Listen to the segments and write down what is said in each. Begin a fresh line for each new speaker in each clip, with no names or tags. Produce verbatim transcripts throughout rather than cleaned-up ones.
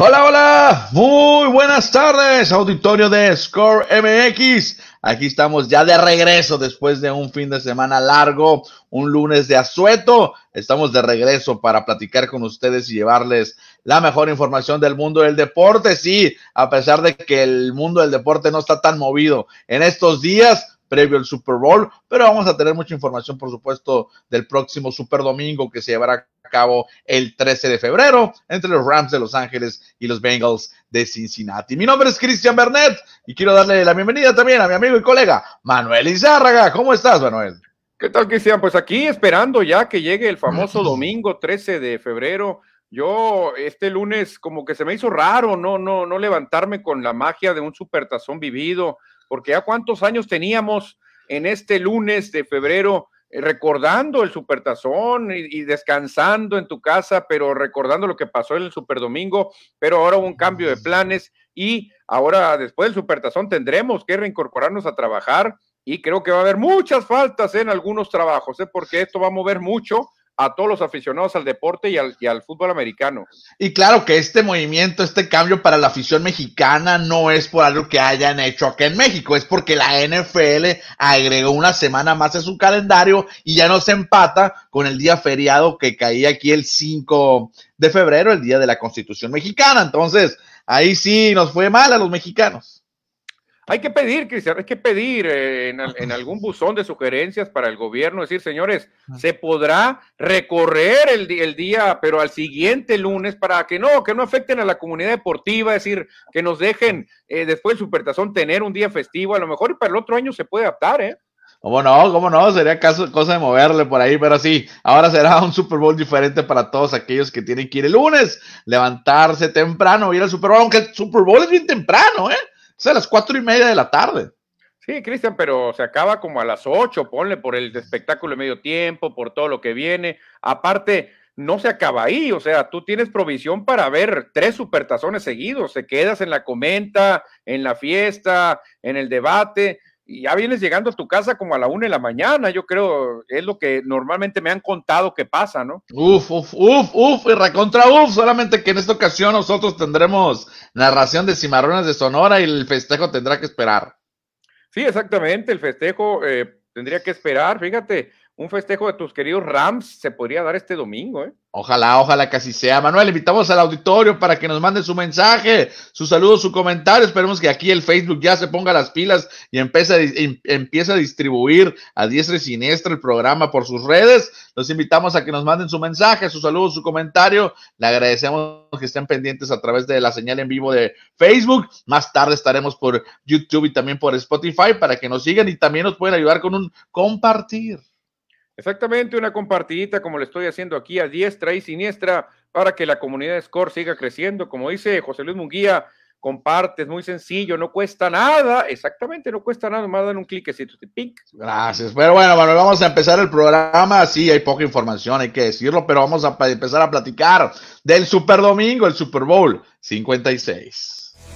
Hola, hola, muy buenas tardes, auditorio de Score M X. Aquí estamos ya de regreso después de un fin de semana largo, un lunes de asueto. Estamos de regreso para platicar con ustedes y llevarles la mejor información del mundo del deporte. Sí, a pesar de que el mundo del deporte no está tan movido en estos días, previo al Super Bowl, pero vamos a tener mucha información, por supuesto, del próximo Super Domingo que se llevará a cabo el trece de febrero entre los Rams de Los Ángeles y los Bengals de Cincinnati. Mi nombre es Cristian Bernet y quiero darle la bienvenida también a mi amigo y colega Manuel Izárraga. ¿Cómo estás, Manuel?
¿Qué tal, Cristian? Pues aquí esperando ya que llegue el famoso domingo trece de febrero. Yo este lunes como que se me hizo raro no, no, no levantarme con la magia de un supertazón vivido, porque ya cuántos años teníamos en este lunes de febrero eh, recordando el supertazón y, y descansando en tu casa, pero recordando lo que pasó en el superdomingo, pero ahora hubo un cambio de planes y ahora después del supertazón tendremos que reincorporarnos a trabajar y creo que va a haber muchas faltas en algunos trabajos, ¿eh? Porque esto va a mover mucho a todos los aficionados al deporte y al, y al fútbol americano.
Y claro que este movimiento, este cambio para la afición mexicana no es por algo que hayan hecho acá en México, es porque la N F L agregó una semana más a su calendario y ya no se empata con el día feriado que caía aquí el cinco de febrero, el día de la Constitución mexicana. Entonces, ahí sí nos fue mal a los mexicanos.
Hay que pedir, Cristian, hay que pedir eh, en, en algún buzón de sugerencias para el gobierno, decir, señores, se podrá recorrer el, el día, pero al siguiente lunes, para que no, que no afecten a la comunidad deportiva, es decir, que nos dejen eh, después del Supertazón tener un día festivo, a lo mejor y para el otro año se puede adaptar, ¿eh?
¿Cómo no? ¿Cómo no? Sería caso, cosa de moverle por ahí, pero sí, ahora será un Super Bowl diferente para todos aquellos que tienen que ir el lunes, levantarse temprano, ir al Super Bowl, aunque el Super Bowl es bien temprano, ¿eh? Es a las cuatro y media de la tarde.
Sí, Cristian, pero se acaba como a las ocho, ponle por el espectáculo de medio tiempo, por todo lo que viene. Aparte, no se acaba ahí, o sea, tú tienes provisión para ver tres supertazones seguidos, te quedas en la comenta, en la fiesta, en el debate, y ya vienes llegando a tu casa como a la una de la mañana, yo creo, es lo que normalmente me han contado que pasa, ¿no?
Uf, uf, uf, uf, y recontra uf, solamente que en esta ocasión nosotros tendremos narración de Cimarrones de Sonora y el festejo tendrá que esperar.
Sí, exactamente, el festejo eh, tendría que esperar, fíjate, un festejo de tus queridos Rams se podría dar este domingo, ¿eh?
Ojalá, ojalá que así sea. Manuel, invitamos al auditorio para que nos mande su mensaje, su saludo, su comentario. Esperemos que aquí el Facebook ya se ponga las pilas y empiece a, empiece a distribuir a diestra y siniestra el programa por sus redes. Los invitamos a que nos manden su mensaje, su saludo, su comentario. Le agradecemos que estén pendientes a través de la señal en vivo de Facebook. Más tarde estaremos por YouTube y también por Spotify para que nos sigan y también nos pueden ayudar con un compartir.
Exactamente, una compartidita como le estoy haciendo aquí a diestra y siniestra para que la comunidad de Score siga creciendo. Como dice José Luis Munguía, comparte, es muy sencillo, no cuesta nada. Exactamente, no cuesta nada, más dan un cliquecito. Pink.
Gracias. Pero bueno, bueno, vamos a empezar el programa. Sí, hay poca información, hay que decirlo, pero vamos a empezar a platicar del Super Domingo, el Super Bowl cincuenta y seis.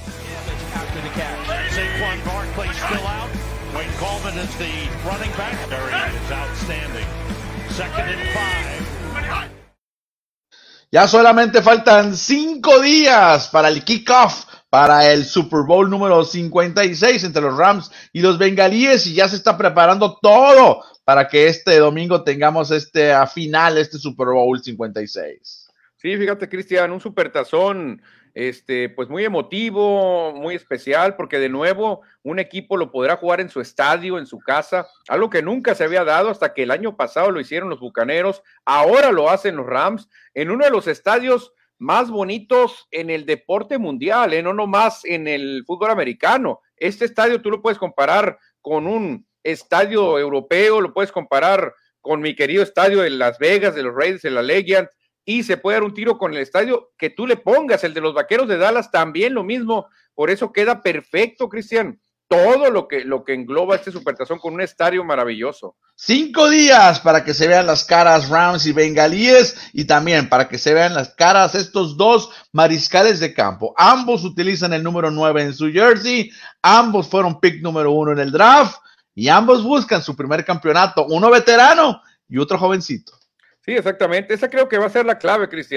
Ya solamente faltan cinco días para el kickoff, para el Super Bowl número cincuenta y seis entre los Rams y los Bengalíes, y ya se está preparando todo para que este domingo tengamos este a final, este Super Bowl cincuenta y seis.
Sí, fíjate, Cristian, un supertazón, este, pues muy emotivo, muy especial, porque de nuevo un equipo lo podrá jugar en su estadio, en su casa, algo que nunca se había dado hasta que el año pasado lo hicieron los Bucaneros, ahora lo hacen los Rams, en uno de los estadios más bonitos en el deporte mundial, ¿eh? No nomás en el fútbol americano. Este estadio tú lo puedes comparar con un estadio europeo, lo puedes comparar con mi querido estadio de Las Vegas, de los Raiders, de la Legion, y se puede dar un tiro con el estadio que tú le pongas, el de los Vaqueros de Dallas también lo mismo, por eso queda perfecto, Cristian, todo lo que, lo que engloba este supertazón con un estadio maravilloso.
Cinco días para que se vean las caras Rams y Bengalíes y también para que se vean las caras estos dos mariscales de campo. Ambos utilizan el número nueve en su jersey, ambos fueron pick número uno en el draft y ambos buscan su primer campeonato, uno veterano y otro jovencito.
Sí, exactamente. Esa creo que va a ser la clave, Cristian.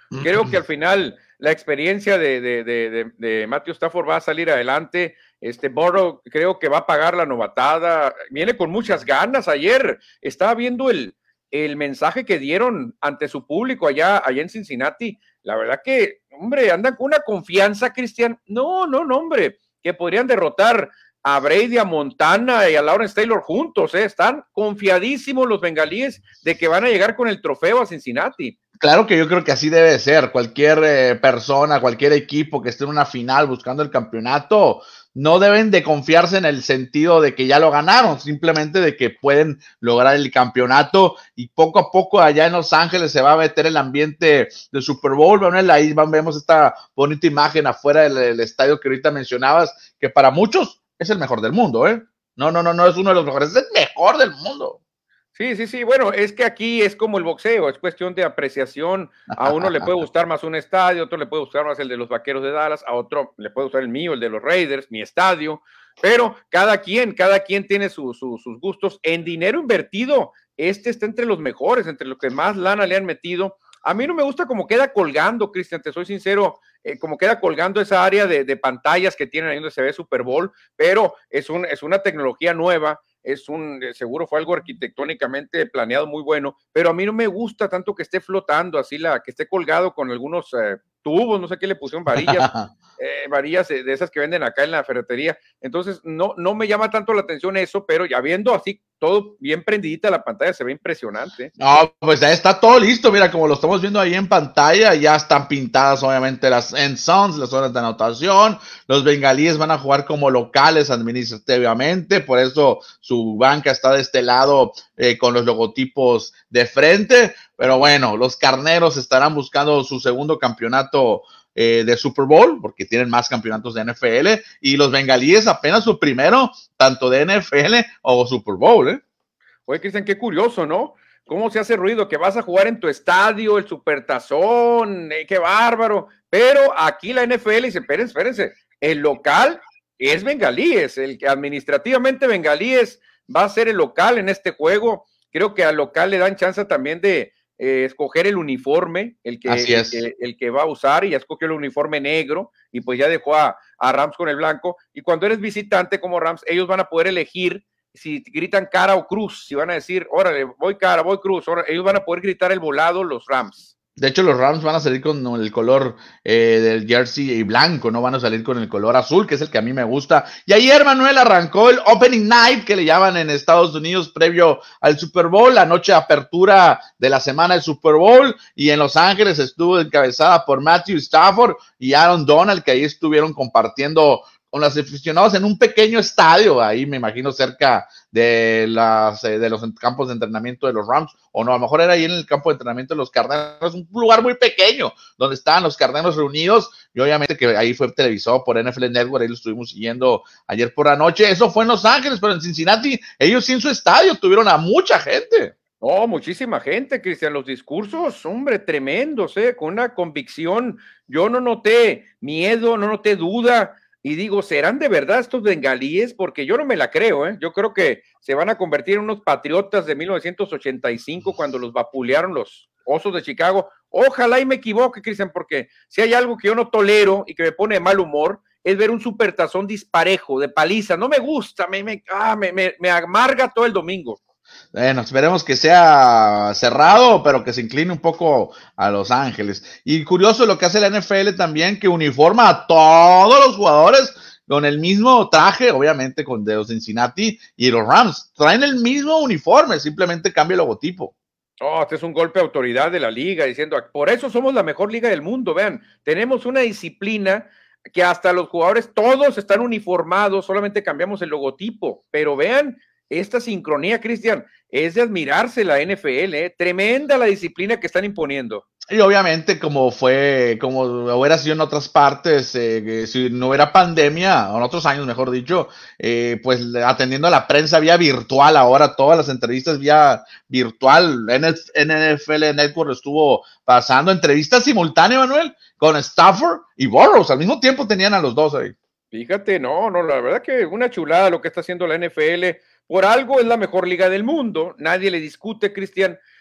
Creo que al final la experiencia de, de, de, de, de Matthew Stafford va a salir adelante. Este Burrow creo que va a pagar la novatada. Viene con muchas ganas. Ayer estaba viendo el, el mensaje que dieron ante su público allá, allá en Cincinnati. La verdad que, hombre, andan con una confianza, Cristian. No, no, no, hombre, que podrían derrotar a Brady, a Montana y a Lawrence Taylor juntos. ¿eh? Están confiadísimos los bengalíes de que van a llegar con el trofeo a Cincinnati.
Claro que yo creo que así debe ser. Cualquier eh, persona, cualquier equipo que esté en una final buscando el campeonato, no deben de confiarse en el sentido de que ya lo ganaron, simplemente de que pueden lograr el campeonato y poco a poco allá en Los Ángeles se va a meter el ambiente de Super Bowl. Bueno, ahí vemos esta bonita imagen afuera del, del estadio que ahorita mencionabas, que para muchos es el mejor del mundo, ¿eh? No, no, no, no es uno de los mejores, es el mejor del mundo.
Sí, sí, sí, bueno, es que aquí es como el boxeo, es cuestión de apreciación, a uno le puede gustar más un estadio, a otro le puede gustar más el de los Vaqueros de Dallas, a otro le puede gustar el mío, el de los Raiders, mi estadio, pero cada quien, cada quien tiene su, su, sus gustos. En dinero invertido, este está entre los mejores, entre los que más lana le han metido. A mí no me gusta cómo queda colgando, Cristian, te soy sincero, eh, como queda colgando esa área de, de pantallas que tienen ahí donde se ve Super Bowl, pero es, un, es una tecnología nueva, es un, seguro fue algo arquitectónicamente planeado muy bueno, pero a mí no me gusta tanto que esté flotando así, la que esté colgado con algunos eh, tubos, no sé qué le pusieron, varillas, eh, varillas de esas que venden acá en la ferretería. Entonces no, no me llama tanto la atención eso, pero ya viendo así todo bien prendidita la pantalla se ve impresionante.
No, pues ya está todo listo, mira, como lo estamos viendo ahí en pantalla, ya están pintadas obviamente las end zones, las zonas de anotación, los bengalíes van a jugar como locales administrativamente, por eso su banca está de este lado eh, con los logotipos de frente, pero bueno, los carneros estarán buscando su segundo campeonato eh, de Super Bowl, porque tienen más campeonatos de N F L, y los bengalíes apenas su primero, tanto de N F L o Super Bowl, ¿eh?
Oye, Cristian, qué curioso, ¿no? ¿Cómo se hace ruido? Que vas a jugar en tu estadio, el Supertazón, eh, qué bárbaro. Pero aquí la N F L dice, espérense, espérense, el local es bengalíes, el que administrativamente bengalíes va a ser el local en este juego. Creo que al local le dan chance también de eh, escoger el uniforme, el que,
Así es.
el, que, el que va a usar, y ya escogió el uniforme negro, y pues ya dejó a, a Rams con el blanco. Y cuando eres visitante como Rams, ellos van a poder elegir si gritan cara o cruz, si van a decir, órale, voy cara, voy cruz, órale, ellos van a poder gritar el volado los Rams.
De hecho, los Rams van a salir con el color eh, del jersey blanco, no van a salir con el color azul, que es el que a mí me gusta. Y ayer, Manuel, arrancó el Opening Night, que le llaman en Estados Unidos previo al Super Bowl, la noche de apertura de la semana del Super Bowl, y en Los Ángeles estuvo encabezada por Matthew Stafford y Aaron Donald, que ahí estuvieron compartiendo con los aficionados en un pequeño estadio, ahí me imagino cerca de, las, de los campos de entrenamiento de los Rams, o no, a lo mejor era ahí en el campo de entrenamiento de los Carneros, un lugar muy pequeño, donde estaban los Carneros reunidos, y obviamente que ahí fue televisado por N F L Network, ahí lo estuvimos siguiendo ayer por la noche. Eso fue en Los Ángeles, pero en Cincinnati, ellos sí en su estadio tuvieron a mucha gente.
Oh, muchísima gente, Cristian, los discursos, hombre, tremendos, ¿eh? Con una convicción, yo no noté miedo, no noté duda, y digo, ¿serán de verdad estos bengalíes? Porque yo no me la creo, ¿eh? Yo creo que se van a convertir en unos patriotas de mil novecientos ochenta y cinco cuando los vapulearon los Osos de Chicago. Ojalá y me equivoque, Cristian, porque si hay algo que yo no tolero y que me pone de mal humor, es ver un supertazón disparejo, de paliza. No me gusta, me, me, ah, me, me, me amarga todo el domingo.
Bueno, esperemos que sea cerrado, pero que se incline un poco a Los Ángeles. Y curioso lo que hace la N F L también, que uniforma a todos los jugadores con el mismo traje, obviamente con de los Cincinnati y los Rams. Traen el mismo uniforme, simplemente cambia el logotipo.
Oh, este es un golpe de autoridad de la liga, diciendo, por eso somos la mejor liga del mundo, vean, tenemos una disciplina que hasta los jugadores todos están uniformados, solamente cambiamos el logotipo, pero vean, esta sincronía, Cristian, es de admirarse la N F L, ¿eh? Tremenda la disciplina que están imponiendo.
Y obviamente como fue, como hubiera sido en otras partes, eh, si no hubiera pandemia, o en otros años mejor dicho, eh, pues atendiendo a la prensa vía virtual ahora, todas las entrevistas vía virtual, N F L Network estuvo pasando entrevistas simultáneas, Manuel, con Stafford y Burrows, al mismo tiempo tenían a los dos ahí.
Fíjate, no, no, la verdad que una chulada lo que está haciendo la N F L, por algo es la mejor liga del mundo, nadie le discute, Cristian,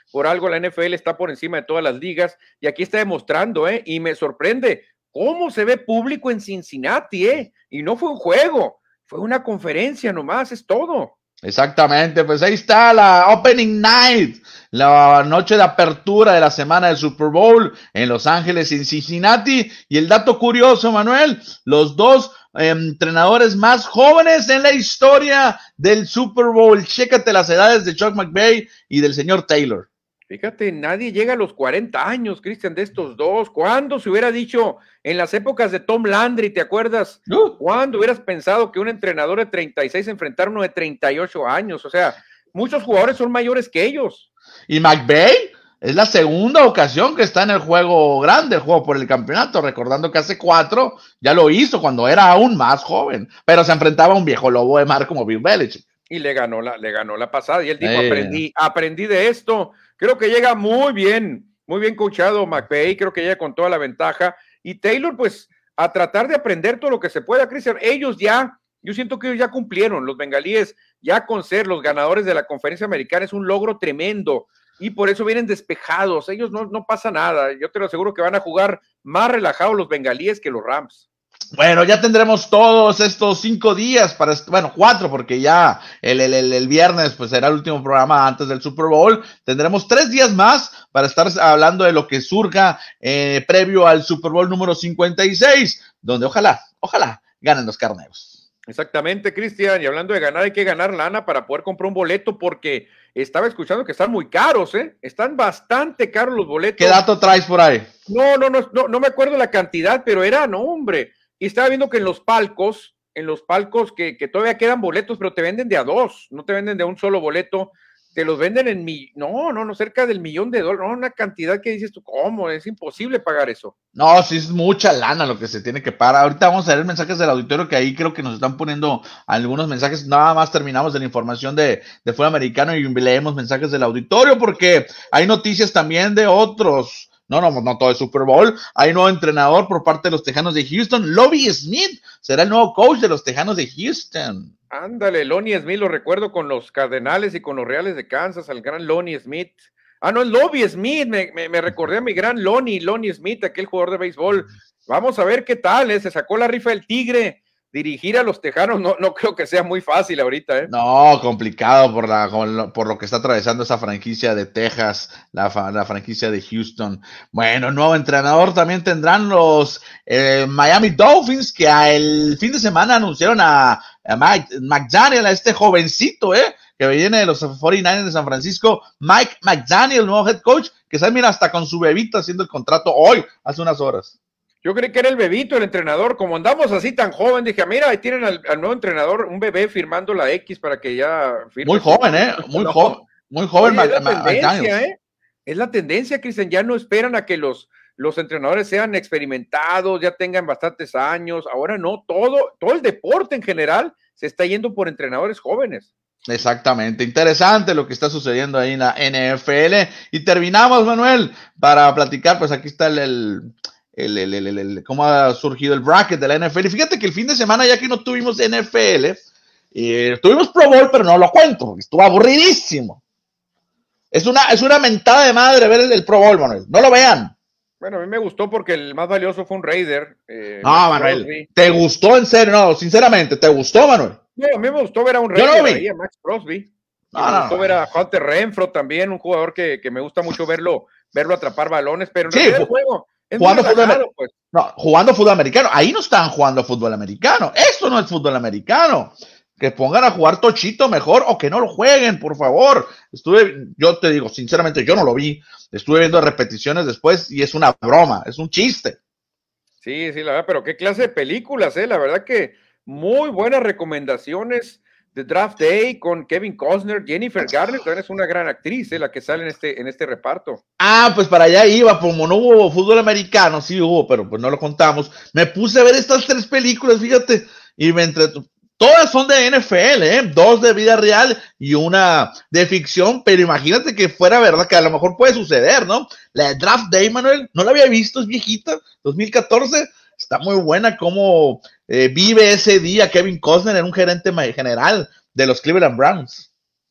por algo la N F L está por encima de todas las ligas, y aquí está demostrando, ¿eh? Y me sorprende cómo se ve público en Cincinnati, ¿eh? Y no fue un juego, fue una conferencia nomás, es todo.
Exactamente, pues ahí está la Opening Night, la noche de apertura de la semana del Super Bowl en Los Ángeles y en Cincinnati. Y el dato curioso, Manuel, los dos eh, entrenadores más jóvenes en la historia del Super Bowl. Chécate las edades de Chuck McVay y del señor Taylor.
Fíjate, nadie llega a los cuarenta años, Cristian, de estos dos. ¿Cuándo se hubiera dicho en las épocas de Tom Landry, te acuerdas? Uh. ¿Cuándo hubieras pensado que un entrenador de treinta y seis enfrentara uno de treinta y ocho años? O sea, muchos jugadores son mayores que ellos.
¿Y McVay? Es la segunda ocasión que está en el juego grande, el juego por el campeonato, recordando que hace cuatro ya lo hizo cuando era aún más joven, pero se enfrentaba a un viejo lobo de mar como Bill Belichick.
Y le ganó la, le ganó la pasada, y él dijo, eh. aprendí, aprendí de esto. Creo que llega muy bien, muy bien coachado McVay, creo que llega con toda la ventaja, y Taylor, pues, a tratar de aprender todo lo que se pueda, Cristian. Ellos ya, yo siento que ellos ya cumplieron, los bengalíes, ya con ser los ganadores de la conferencia americana es un logro tremendo, y por eso vienen despejados, ellos no, no pasa nada, yo te lo aseguro que van a jugar más relajados los bengalíes que los Rams.
Bueno, ya tendremos todos estos cinco días para, bueno, cuatro, porque ya el, el, el viernes pues será el último programa antes del Super Bowl. Tendremos tres días más para estar hablando de lo que surja eh, previo al Super Bowl número cincuenta y seis, donde ojalá, ojalá ganen los carneros.
Exactamente, Cristian, y hablando de ganar, hay que ganar lana para poder comprar un boleto, porque estaba escuchando que están muy caros, ¿eh? Están bastante caros los boletos.
¿Qué dato traes por ahí?
No, no, no, no, no me acuerdo la cantidad, pero era, no, hombre. Y estaba viendo que en los palcos, en los palcos que, que todavía quedan boletos, pero te venden de a dos, no te venden de un solo boleto, te los venden en mi, no, no, no, cerca del millón de dólares, no, una cantidad que dices tú, ¿cómo? Es imposible pagar eso.
No, sí es mucha lana lo que se tiene que pagar. Ahorita vamos a ver mensajes del auditorio, que ahí creo que nos están poniendo algunos mensajes. Nada más terminamos de la información de, de fútbol americano y leemos mensajes del auditorio, porque hay noticias también de otros. No, no, no todo es Super Bowl. Hay nuevo entrenador por parte de los Tejanos de Houston. Lovie Smith será el nuevo coach de los Tejanos de Houston.
Ándale, Lonnie Smith, lo recuerdo con los Cardenales y con los Reales de Kansas, al gran Lonnie Smith. Ah, no, es Lovie Smith, me, me, me recordé a mi gran Lonnie, Lonnie Smith, aquel jugador de béisbol. Vamos a ver qué tal, ¿eh? Se sacó la rifa del Tigre. Dirigir a los Tejanos no, no creo que sea muy fácil ahorita, ¿eh?
No, complicado por, la, por lo que está atravesando esa franquicia de Texas, la, la franquicia de Houston. Bueno, nuevo entrenador también tendrán los eh, Miami Dolphins, que a el fin de semana anunciaron a, a Mike McDaniel, a este jovencito, ¿eh? Que viene de los cuarenta y nueve de San Francisco, Mike McDaniel, el nuevo head coach, que sale, mira, hasta con su bebita haciendo el contrato hoy, hace unas horas.
Yo creí que era el bebito, el entrenador. Como andamos así tan joven, dije, mira, ahí tienen al, al nuevo entrenador, un bebé firmando la X para que ya firme.
Muy joven, ¿eh? Muy no. joven. Muy joven.
Oye, es la tendencia, ¿eh? Es la tendencia, Cristian. Ya no esperan a que los, los entrenadores sean experimentados, ya tengan bastantes años. Ahora no, todo, todo el deporte en general se está yendo por entrenadores jóvenes.
Exactamente, interesante lo que está sucediendo ahí en la N F L. Y terminamos, Manuel, para platicar, pues aquí está el... el... El, el, el, el, el, cómo ha surgido el bracket de la N F L. Y fíjate que el fin de semana, ya que no tuvimos N F L, eh, tuvimos Pro Bowl, pero no lo cuento, estuvo aburridísimo. Es una, es una mentada de madre ver el, el Pro Bowl, Manuel. No lo vean.
Bueno, a mí me gustó porque el más valioso fue un Raider.
Eh, no, Max Manuel, Crosby. ¿Te gustó en serio? No, sinceramente, ¿te gustó, Manuel?
No, a mí me gustó ver a un Raider ahí, a Max Crosby. No, me no, gustó no. ver a Hunter Renfrow también, un jugador que, que me gusta mucho verlo, verlo atrapar balones, pero en
sí,
realidad el juego... Es
jugando, fútbol, relajado, pues. no, jugando fútbol americano. Ahí no están jugando fútbol americano. Esto no es fútbol americano. Que pongan a jugar tochito mejor o que no lo jueguen, por favor. Estuve, yo te digo, sinceramente, yo no lo vi. Estuve viendo repeticiones después y es una broma, es un chiste.
Sí, sí, la verdad, pero qué clase de películas, eh. La verdad que muy buenas recomendaciones de Draft Day con Kevin Costner. Jennifer Garner también es una gran actriz, eh, la que sale en este, en este reparto.
Ah, pues para allá iba, como no hubo fútbol americano, sí hubo, pero pues no lo contamos. Me puse a ver estas tres películas, fíjate, y me entretuve. Todas son de N F L, ¿eh? Dos de vida real y una de ficción, pero imagínate que fuera verdad, que a lo mejor puede suceder, ¿no? La de Draft Day, Manuel, no la había visto, es viejita, dos mil catorce, está muy buena cómo eh, vive ese día Kevin Costner en un gerente general de los Cleveland Browns.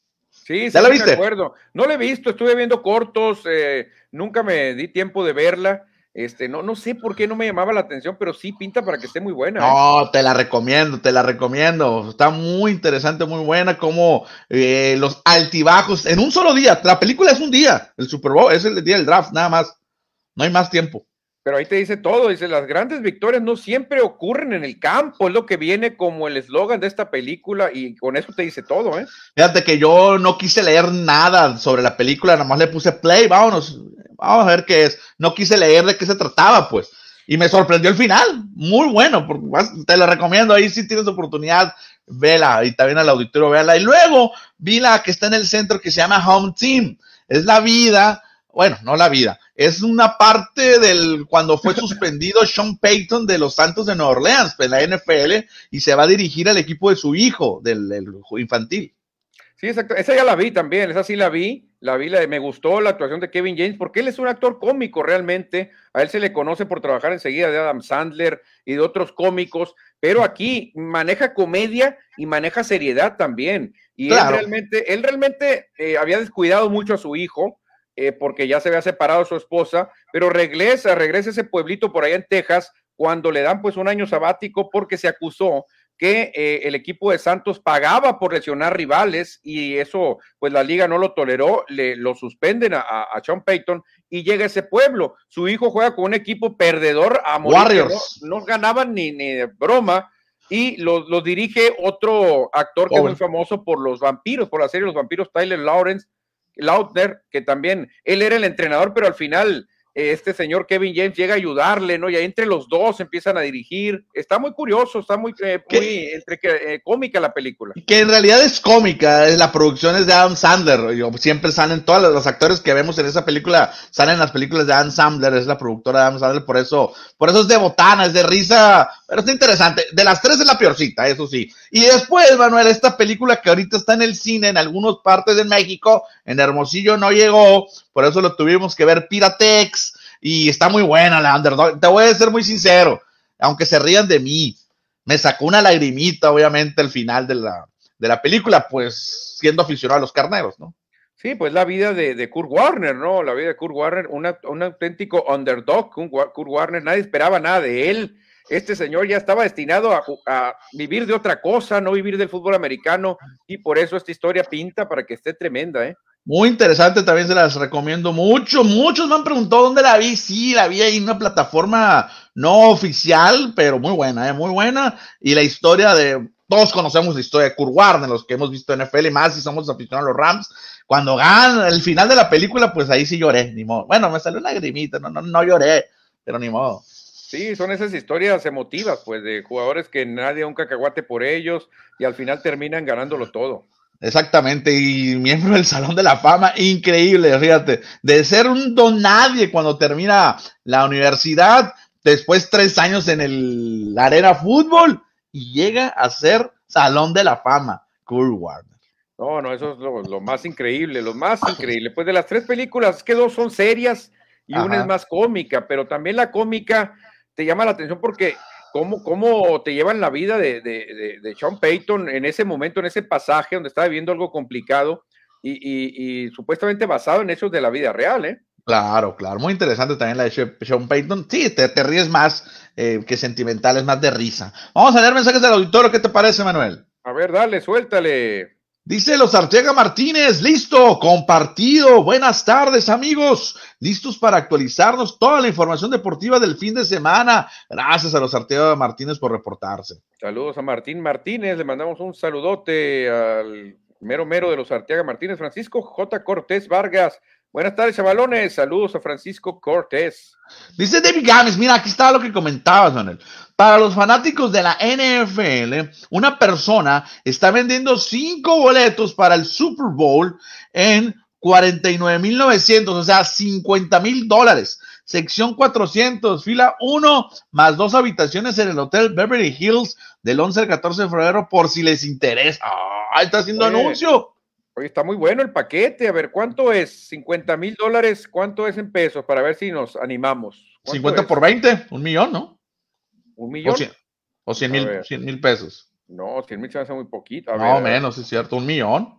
Sí,
¿Ya
sí,
la
sí, me
viste?
acuerdo. No la he visto, estuve viendo cortos, eh, nunca me di tiempo de verla. Este, no, no sé por qué no me llamaba la atención, pero sí pinta para que esté muy buena, ¿eh?
No, te la recomiendo, te la recomiendo. Está muy interesante, muy buena, como eh, los altibajos en un solo día. La película es un día, el Super Bowl es el día del draft, nada más. No hay más tiempo.
Pero ahí te dice todo, dice, las grandes victorias no siempre ocurren en el campo, es lo que viene como el eslogan de esta película y con eso te dice todo, ¿eh?
Fíjate que yo no quise leer nada sobre la película, nada más le puse play, vámonos, vamos a ver qué es. No quise leer de qué se trataba, pues. Y me sorprendió el final, muy bueno, te lo recomiendo, ahí si tienes oportunidad, vela, y también al auditorio, vela. Y luego vi la que está en el centro que se llama Home Team, es la vida, bueno, no la vida, es una parte del cuando fue suspendido Sean Payton de los Santos de Nueva Orleans en la N F L y se va a dirigir al equipo de su hijo, del, del infantil.
Sí, exacto. Esa ya la vi también, esa sí la vi, la vi, la de, me gustó la actuación de Kevin James, porque él es un actor cómico realmente, a él se le conoce por trabajar enseguida de Adam Sandler y de otros cómicos, pero aquí maneja comedia y maneja seriedad también, y claro. él realmente, él realmente eh, había descuidado mucho a su hijo, eh, porque ya se había separado de su esposa, pero regresa, regresa a ese pueblito por allá en Texas, cuando le dan pues un año sabático porque se acusó que eh, el equipo de Santos pagaba por lesionar rivales y eso, pues la liga no lo toleró, le, lo suspenden a, a Sean Payton y llega a ese pueblo. Su hijo juega con un equipo perdedor a morir, Warriors. No, no ganaban ni, ni de broma y lo, lo dirige otro actor que oh. es muy famoso por los vampiros, por la serie Los Vampiros, Tyler Lawrence, Lautner, que también, él era el entrenador, pero al final este señor Kevin James llega a ayudarle, ¿no? Y ahí entre los dos empiezan a dirigir. Está muy curioso, está muy, eh, muy entre, eh, cómica la película.
Que en realidad es cómica, la producción es de Adam Sandler. Yo, siempre salen todos los, los actores que vemos en esa película, salen en las películas de Adam Sandler, es la productora de Adam Sandler, por eso, por eso es de botana, es de risa, pero está interesante. De las tres es la peorcita, eso sí. Y después, Manuel, esta película que ahorita está en el cine, en algunas partes de México, en Hermosillo no llegó, por eso lo tuvimos que ver Piratex. Y está muy buena la Underdog. Te voy a ser muy sincero, aunque se rían de mí, me sacó una lagrimita, obviamente, al final de la, de la película, pues siendo aficionado a los carneros, ¿no?
Sí, pues la vida de, de Kurt Warner, ¿no? La vida de Kurt Warner, una, un auténtico underdog, un Kurt Warner, nadie esperaba nada de él. Este señor ya estaba destinado a, a vivir de otra cosa, no vivir del fútbol americano, y por eso esta historia pinta para que esté tremenda, ¿eh?
Muy interesante, también se las recomiendo mucho. Muchos me han preguntado dónde la vi. Sí, la vi ahí en una plataforma no oficial, pero muy buena, ¿eh? Muy buena. Y la historia de, todos conocemos la historia de Kurt Warner, los que hemos visto N F L, y más si somos aficionados a los Rams. Cuando ganan el final de la película, pues ahí sí lloré, ni modo. Bueno, me salió una lagrimita, no, no, no lloré, pero ni modo.
Sí, son esas historias emotivas, pues, de jugadores que nadie da un cacahuate por ellos y al final terminan ganándolo todo.
Exactamente, y miembro del Salón de la Fama, increíble, fíjate, de ser un don nadie cuando termina la universidad, después tres años en el la Arena Fútbol, y llega a ser Salón de la Fama, Kurt Warner.
No, no, eso es lo, lo más increíble, lo más increíble. Pues de las tres películas, es que dos son serias y Ajá. una es más cómica, pero también la cómica te llama la atención porque cómo, cómo te llevan la vida de, de, de, de Sean Payton en ese momento, en ese pasaje donde estaba viviendo algo complicado y, y, y supuestamente basado en hechos de la vida real, ¿eh?
Claro, claro, muy interesante también la de Sean Payton. Sí, te, te ríes más eh, que sentimental, es más de risa. Vamos a leer mensajes del auditorio, ¿qué te parece, Manuel?
A ver, dale, suéltale.
Dice los Arteaga Martínez, listo, compartido. Buenas tardes, amigos. Listos para actualizarnos toda la información deportiva del fin de semana. Gracias a los Arteaga Martínez por reportarse.
Saludos a Martín Martínez. Le mandamos un saludote al mero mero de los Arteaga Martínez, Francisco J. Cortés Vargas. Buenas tardes, chavalones. Saludos a Francisco Cortés.
Dice David Gámez, mira, aquí está lo que comentabas, Manuel. Para los fanáticos de la N F L, una persona está vendiendo cinco boletos para el Super Bowl en cuarenta y nueve mil novecientos, o sea, cincuenta mil dólares. Sección cuatrocientos, fila uno, más dos habitaciones en el Hotel Beverly Hills del once al catorce de febrero, por si les interesa. ¡Ah! Está haciendo Oye. anuncio.
Oye, está muy bueno el paquete. A ver, ¿cuánto es? cincuenta mil dólares, ¿cuánto es en pesos? Para ver si nos animamos.
cincuenta es? Por veinte, un millón, ¿no?
¿Un millón?
O cien mil pesos.
No, cien mil se me hace muy poquito. A
no,
ver,
menos, es cierto, un millón.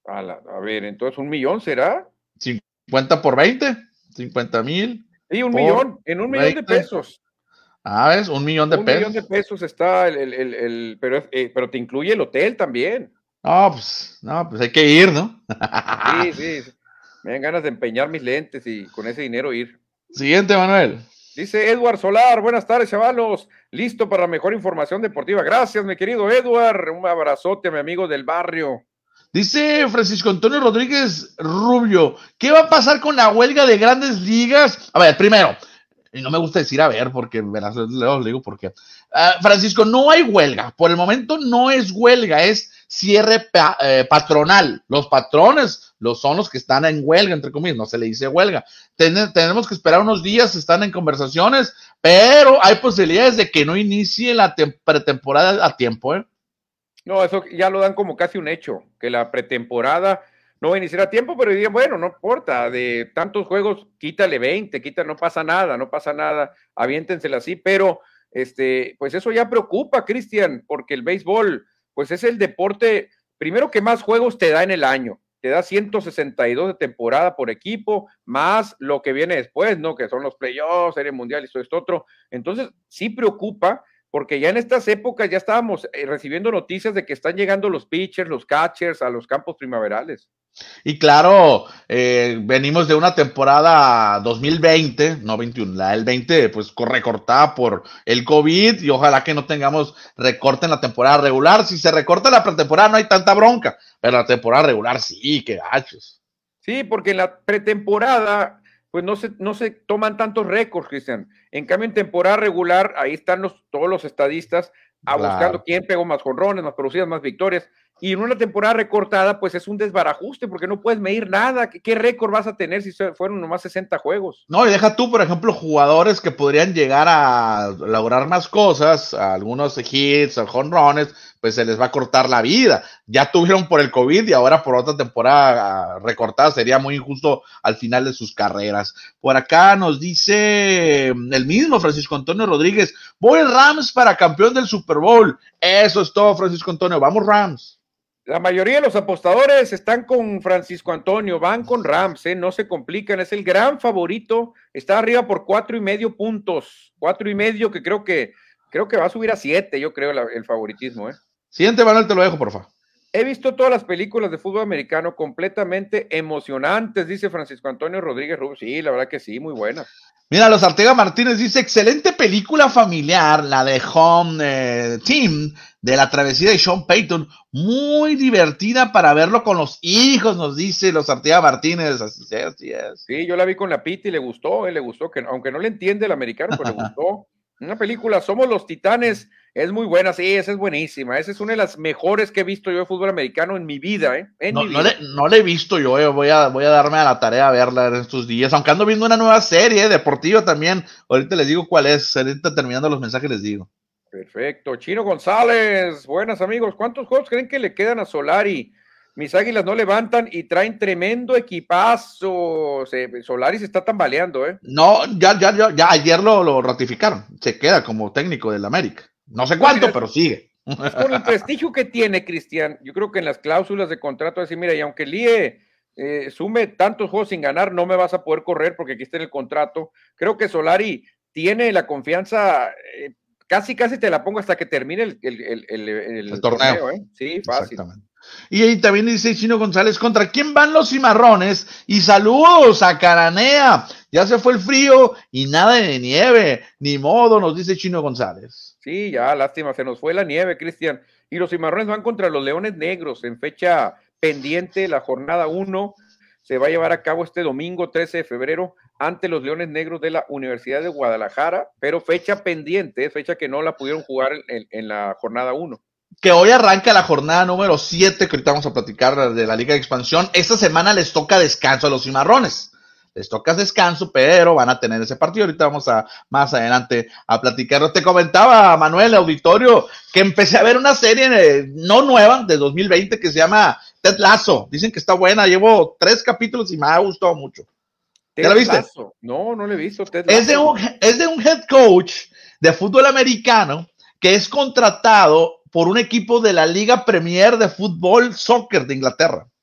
A, la, a ver, entonces un millón será.
cincuenta por veinte, cincuenta mil.
Sí, un
por
millón, en un millón de
veinte.
pesos.
Ah, ¿ves? Un millón de
Un
pesos.
millón de pesos está el, el, el, el pero, eh, pero te incluye el hotel también.
No, pues, no, pues hay que ir, ¿no?
Sí, sí, sí. Me dan ganas de empeñar mis lentes y con ese dinero ir.
Siguiente, Manuel.
Dice Edward Solar, buenas tardes, chavalos. Listo para la mejor información deportiva. Gracias, mi querido Edward. Un abrazote a mi amigo del barrio.
Dice Francisco Antonio Rodríguez Rubio, ¿qué va a pasar con la huelga de Grandes Ligas? A ver, primero, y no me gusta decir a ver, porque verás, luego le digo por qué. Uh, Francisco, no hay huelga. Por el momento no es huelga, es cierre pa eh, patronal. Los patrones los son los que están en huelga, entre comillas, no se le dice huelga. Ten tenemos que esperar unos días, están en conversaciones, pero hay posibilidades de que no inicie la pretemporada a tiempo, ¿eh?
No, eso ya lo dan como casi un hecho, que la pretemporada no va a iniciar a tiempo, pero dirían, bueno, no importa, de tantos juegos, quítale veinte, quita, no pasa nada, no pasa nada, aviéntensela así, pero este, pues eso ya preocupa, Cristian, porque el béisbol, pues es el deporte, primero que más juegos te da en el año, te da ciento sesenta y dos de temporada por equipo, más lo que viene después, ¿no? Que son los playoffs, Serie Mundial y todo esto otro, entonces sí preocupa, porque ya en estas épocas ya estábamos eh, recibiendo noticias de que están llegando los pitchers, los catchers a los campos primaverales.
Y claro, eh, venimos de una temporada dos mil veinte, no veintiuno, la del veinte, pues recortada por el COVID y ojalá que no tengamos recorte en la temporada regular. Si se recorta la pretemporada no hay tanta bronca, pero la temporada regular sí, qué gachos.
Sí, porque en la pretemporada pues no se, no se toman tantos récords, Cristian. En cambio, en temporada regular, ahí están los, todos los estadistas a claro. buscando quién pegó más jonrones, más producidas, más victorias. Y en una temporada recortada, pues es un desbarajuste, porque no puedes medir nada. ¿Qué, qué récord vas a tener si fueron nomás sesenta juegos?
No, y deja tú, por ejemplo, jugadores que podrían llegar a lograr más cosas, a algunos hits, a jonrones, pues se les va a cortar la vida. Ya tuvieron por el COVID y ahora por otra temporada recortada, sería muy injusto al final de sus carreras. Por acá nos dice el mismo Francisco Antonio Rodríguez, voy Rams para campeón del Super Bowl. Eso es todo, Francisco Antonio, vamos Rams.
La mayoría de los apostadores están con Francisco Antonio, van con Rams, ¿eh? No se complican, es el gran favorito, está arriba por cuatro y medio puntos, cuatro y medio que creo que creo que va a subir a siete, yo creo, la, el favoritismo, ¿eh?
Siguiente, Manuel, te lo dejo, por favor.
He visto todas las películas de fútbol americano completamente emocionantes, dice Francisco Antonio Rodríguez Rubio. Sí, la verdad que sí, muy buena.
Mira, los Artega Martínez dice, excelente película familiar, la de Home eh, Team, de la travesía de Sean Payton, muy divertida para verlo con los hijos, nos dice los Artega Martínez, así es, así es.
Sí, yo la vi con la Piti y le gustó, eh, le gustó, que aunque no le entiende el americano, pues le gustó. Una película, Somos los Titanes, es muy buena, sí, esa es buenísima, esa es una de las mejores que he visto yo de fútbol americano en mi vida, ¿eh? En
no,
mi vida.
No, le, no le he visto yo, eh. voy, a, voy a darme a la tarea de verla en estos días, aunque ando viendo una nueva serie eh, deportiva también, ahorita les digo cuál es, ahorita terminando los mensajes les digo.
Perfecto, Chino González, buenas amigos, ¿cuántos juegos creen que le quedan a Solari? Mis Águilas no levantan y traen tremendo equipazo. Se, Solari se está tambaleando, ¿eh?
No, ya, ya, ya, ya ayer lo, lo ratificaron. Se queda como técnico del América. No sé cuánto, mira, pero sigue.
Pues con el prestigio que tiene, Cristian, yo creo que en las cláusulas de contrato, decir, mira, y aunque Lie eh, sume tantos juegos sin ganar, no me vas a poder correr porque aquí está en el contrato. Creo que Solari tiene la confianza, eh, casi, casi te la pongo hasta que termine el, el, el, el, el, el torneo. torneo, ¿eh? Sí, fácil.
Exactamente. Y ahí también dice Chino González, ¿contra quién van los cimarrones? Y saludos a Caranea, ya se fue el frío y nada de nieve, ni modo, nos dice Chino González.
Sí, ya, lástima, se nos fue la nieve, Cristian. Y los cimarrones van contra los Leones Negros en fecha pendiente, la jornada uno se va a llevar a cabo este domingo trece de febrero ante los Leones Negros de la Universidad de Guadalajara, pero fecha pendiente, fecha que no la pudieron jugar en, en la jornada uno.
Que hoy arranca la jornada número siete, que ahorita vamos a platicar de la Liga de Expansión. Esta semana les toca descanso a los cimarrones. Les toca descanso, pero van a tener ese partido. Ahorita vamos a más adelante a platicarlo. Te comentaba, Manuel, auditorio, que empecé a ver una serie eh, no nueva, de dos mil veinte, que se llama Ted Lasso. Dicen que está buena. Llevo tres capítulos y me ha gustado mucho. ¿Ya la viste?
Lasso. No, no la he visto. Ted Lasso.
Es de un, es de un head coach de fútbol americano que es contratado por un equipo de la Liga Premier de Fútbol Soccer de Inglaterra.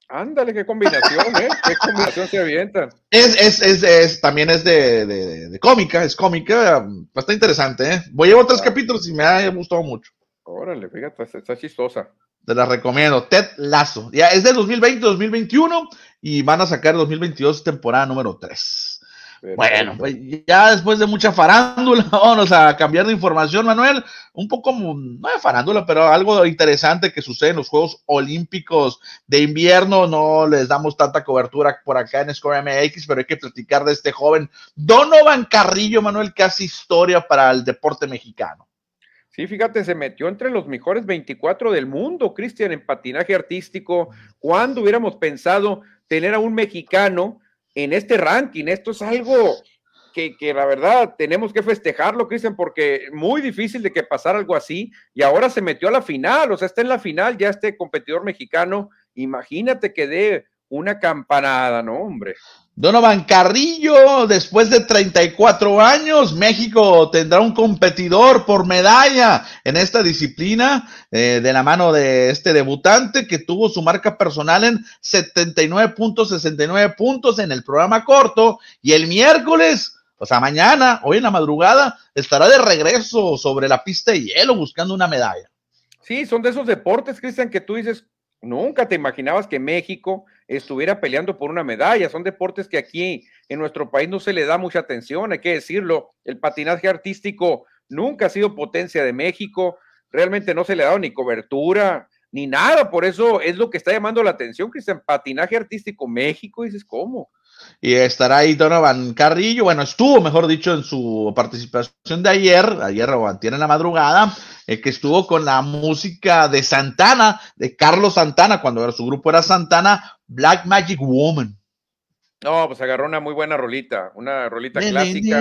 Ándale, qué combinación, ¿eh? Qué combinación se avientan.
Es, es, es, es también es de, de, de cómica, es cómica, bastante interesante, ¿eh? Voy a llevar tres
Ah,
capítulos y me ha gustado mucho.
órale, fíjate, está, está chistosa.
Te la recomiendo. Ted Lasso. Ya es de dos mil veinte, dos mil veintiuno y van a sacar dos mil veintidós temporada número tres. Bueno,
Perfecto.
pues ya después de mucha farándula, vamos a cambiar de información, Manuel. Un poco, no de farándula, pero algo interesante que sucede en los Juegos Olímpicos de invierno. No les damos tanta cobertura por acá en Score M X, pero hay que platicar de este joven Donovan Carrillo, Manuel, que hace historia para el deporte mexicano.
Sí, fíjate, se metió entre los mejores veinticuatro del mundo, Cristian, en patinaje artístico. ¿Cuándo hubiéramos pensado tener a un mexicano en este ranking? Esto es algo que, que la verdad tenemos que festejarlo, Cristian, porque muy difícil de que pasara algo así, y ahora se metió a la final, o sea, está en la final ya este competidor mexicano. Imagínate que dé una campanada, ¿no, hombre?
Donovan Carrillo, después de treinta y cuatro años, México tendrá un competidor por medalla en esta disciplina, eh, de la mano de este debutante que tuvo su marca personal en setenta y nueve punto sesenta y nueve puntos en el programa corto, y el miércoles, o sea, mañana, hoy en la madrugada, estará de regreso sobre la pista de hielo buscando una medalla.
Sí, son de esos deportes, Cristian, que tú dices, nunca te imaginabas que México estuviera peleando por una medalla. Son deportes que aquí en nuestro país no se le da mucha atención, hay que decirlo. El patinaje artístico nunca ha sido potencia de México, realmente no se le ha dado ni cobertura, ni nada. Por eso es lo que está llamando la atención, Cristian. Patinaje artístico México, dices, ¿cómo?
Y estará ahí Donovan Carrillo, bueno, estuvo, mejor dicho, en su participación de ayer, ayer o antier en la madrugada, eh, que estuvo con la música de Santana, de Carlos Santana, cuando era, su grupo era Santana, Black Magic Woman.
No, pues agarró una muy buena rolita, una rolita clásica.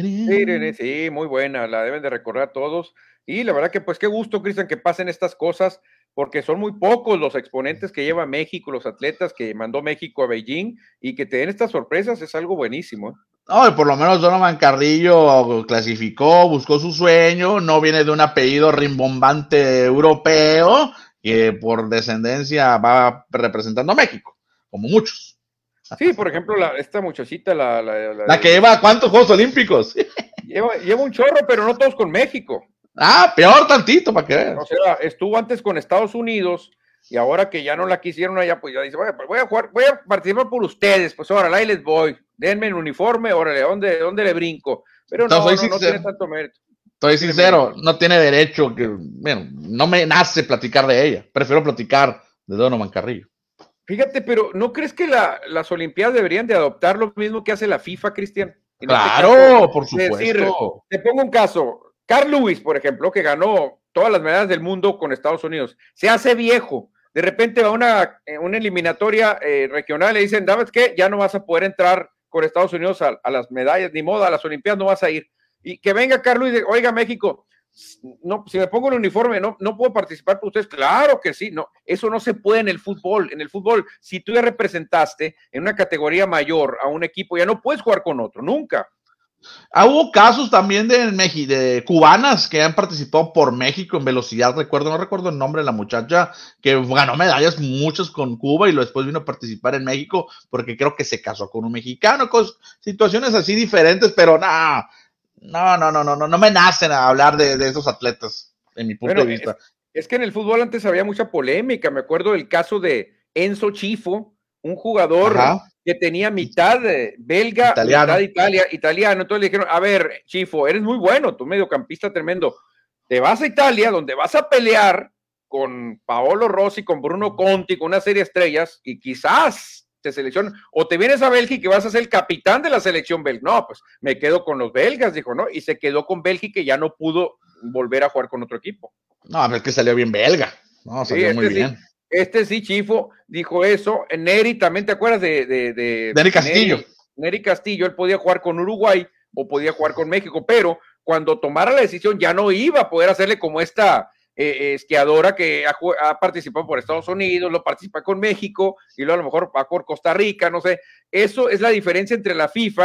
Sí, muy buena, la deben de recordar todos. Y la verdad que pues qué gusto, Cristian, que pasen estas cosas, porque son muy pocos los exponentes que lleva México, los atletas que mandó México a Beijing, y que te den estas sorpresas es algo buenísimo.
No, por lo menos Donovan Carrillo clasificó, buscó su sueño, no viene de un apellido rimbombante europeo, que por descendencia va representando a México, como muchos.
Sí, por ejemplo, la, esta muchachita, la, la,
la, la que lleva cuántos Juegos Olímpicos.
Lleva, lleva un chorro, pero no todos con México.
Ah, peor tantito, para que veas.
O sea, estuvo antes con Estados Unidos y ahora que ya no la quisieron allá, pues ya dice, pues voy a jugar, voy a participar por ustedes, pues ahora ahí les voy, denme el uniforme, órale, ¿dónde, dónde le brinco? Pero no, no, no, no tiene tanto mérito.
Estoy sincero, no tiene derecho, que, bueno, no me nace platicar de ella, prefiero platicar de Donovan Carrillo.
Fíjate, pero ¿no crees que la, las Olimpiadas deberían de adoptar lo mismo que hace la FIFA, Cristian?
Claro,
este caso,
por supuesto.
Decir, te pongo un caso, Carl Lewis, por ejemplo, que ganó todas las medallas del mundo con Estados Unidos, se hace viejo, de repente va a una, una eliminatoria eh, regional y le dicen, ¿sabes qué? Ya no vas a poder entrar con Estados Unidos a, a las medallas, ni modo, a las Olimpiadas no vas a ir. Y que venga Carl Lewis y diga, oiga, México, no, si me pongo el uniforme, no, no puedo participar por ustedes. Claro que sí, no, eso no se puede en el fútbol. En el fútbol, si tú ya representaste en una categoría mayor a un equipo, ya no puedes jugar con otro, nunca.
Ah, hubo casos también de, de cubanas que han participado por México en velocidad, recuerdo, no recuerdo el nombre de la muchacha, que ganó medallas muchas con Cuba y después vino a participar en México porque creo que se casó con un mexicano, con situaciones así diferentes, pero nada. No, no, no, no, no, no me nacen a hablar de, de esos atletas, en mi punto
bueno,
de vista.
Es, es que en el fútbol antes había mucha polémica. Me acuerdo del caso de Enzo Chifo, un jugador Ajá. que tenía mitad belga, italiano. mitad Italia, italiano. Entonces le dijeron, a ver, Chifo, eres muy bueno, tú mediocampista tremendo. Te vas a Italia, donde vas a pelear con Paolo Rossi, con Bruno Conti, con una serie de estrellas, y quizás te seleccionan, o te vienes a Bélgica y vas a ser el capitán de la selección belga. No, pues me quedo con los belgas, dijo, ¿no? Y se quedó con Bélgica y ya no pudo volver a jugar con otro equipo.
No, pero es que salió bien belga. No, salió
sí,
muy
este
bien.
Sí, este sí, Chifo, dijo eso. Neri, también te acuerdas de... De, de
Neri Castillo.
Neri, Neri Castillo, él podía jugar con Uruguay o podía jugar con México, pero cuando tomara la decisión ya no iba a poder hacerle como esta... Eh, esquiadora que ha, ha participado por Estados Unidos, lo participa con México y luego a lo mejor va por Costa Rica, no sé. Eso es la diferencia entre la FIFA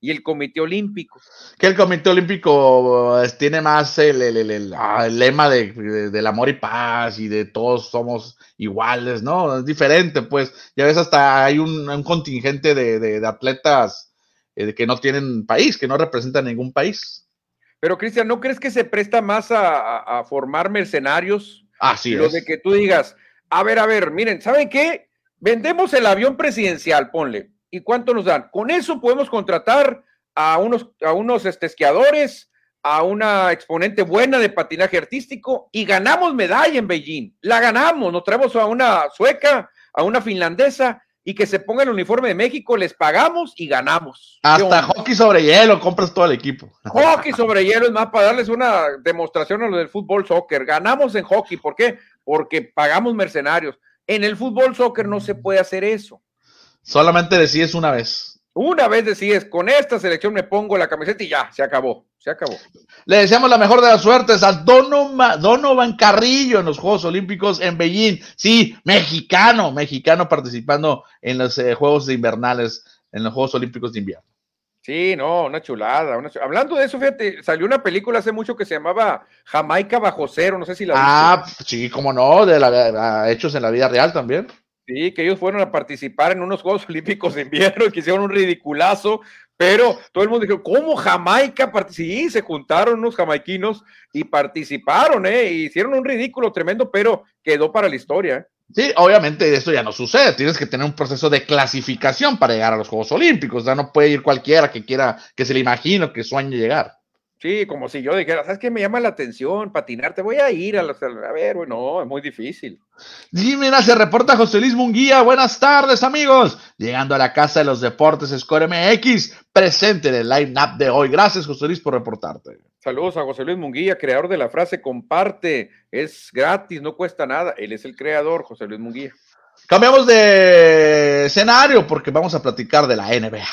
y el Comité Olímpico.
Que el Comité Olímpico uh, tiene más el, el, el, el, ah, el lema de, de, del amor y paz y de todos somos iguales, ¿no? Es diferente, pues. Ya ves, hasta hay un, un contingente de, de, de atletas eh, que no tienen país, que no representan ningún país.
Pero, Cristian, ¿no crees que se presta más a, a, a formar mercenarios?
Así
Lo
es.
de que tú digas, a ver, a ver, miren, ¿saben qué? Vendemos el avión presidencial, ponle. ¿Y cuánto nos dan? Con eso podemos contratar a unos, a unos este, esquiadores, a una exponente buena de patinaje artístico y ganamos medalla en Beijing. La ganamos, nos traemos a una sueca, a una finlandesa y que se ponga el uniforme de México, les pagamos y ganamos.
Hasta hockey sobre hielo, compras todo el equipo.
Hockey sobre hielo es más para darles una demostración a lo del fútbol soccer. Ganamos en hockey, ¿por qué? Porque pagamos mercenarios. En el fútbol soccer no se puede hacer eso.
Solamente decides una vez.
Una vez decides, con esta selección me pongo la camiseta y ya, se acabó, se acabó.
Le deseamos la mejor de las suertes a Donovan, Donovan Carrillo en los Juegos Olímpicos en Beijing. Sí, mexicano, mexicano participando en los eh, Juegos invernales, en los Juegos Olímpicos de invierno.
Sí, no, una chulada, una chulada. Hablando de eso, fíjate, salió una película hace mucho que se llamaba Jamaica Bajo Cero, no sé si la viste.
Ah, sí, cómo no, de la, hechos en la vida real también.
Sí, que ellos fueron a participar en unos Juegos Olímpicos de invierno y que hicieron un ridiculazo, pero todo el mundo dijo, ¿cómo Jamaica participó? Sí, se juntaron unos jamaiquinos y participaron, ¿eh? E hicieron un ridículo tremendo, pero quedó para la historia, ¿eh?
Sí, obviamente esto ya no sucede, tienes que tener un proceso de clasificación para llegar a los Juegos Olímpicos, ya no puede ir cualquiera que quiera, que se le imagine o que sueñe llegar.
Sí, como si yo dijera, ¿sabes qué me llama la atención? Patinar, te voy a ir a, los, a ver, bueno, no, es muy difícil.
Sí, mira, se reporta José Luis Munguía. Buenas tardes, amigos. Llegando a la casa de los deportes Score M X, presente en el line-up de hoy. Gracias, José Luis, por reportarte.
Saludos a José Luis Munguía, creador de la frase comparte, es gratis, no cuesta nada. Él es el creador, José Luis Munguía.
Cambiamos de escenario porque vamos a platicar de la N B A.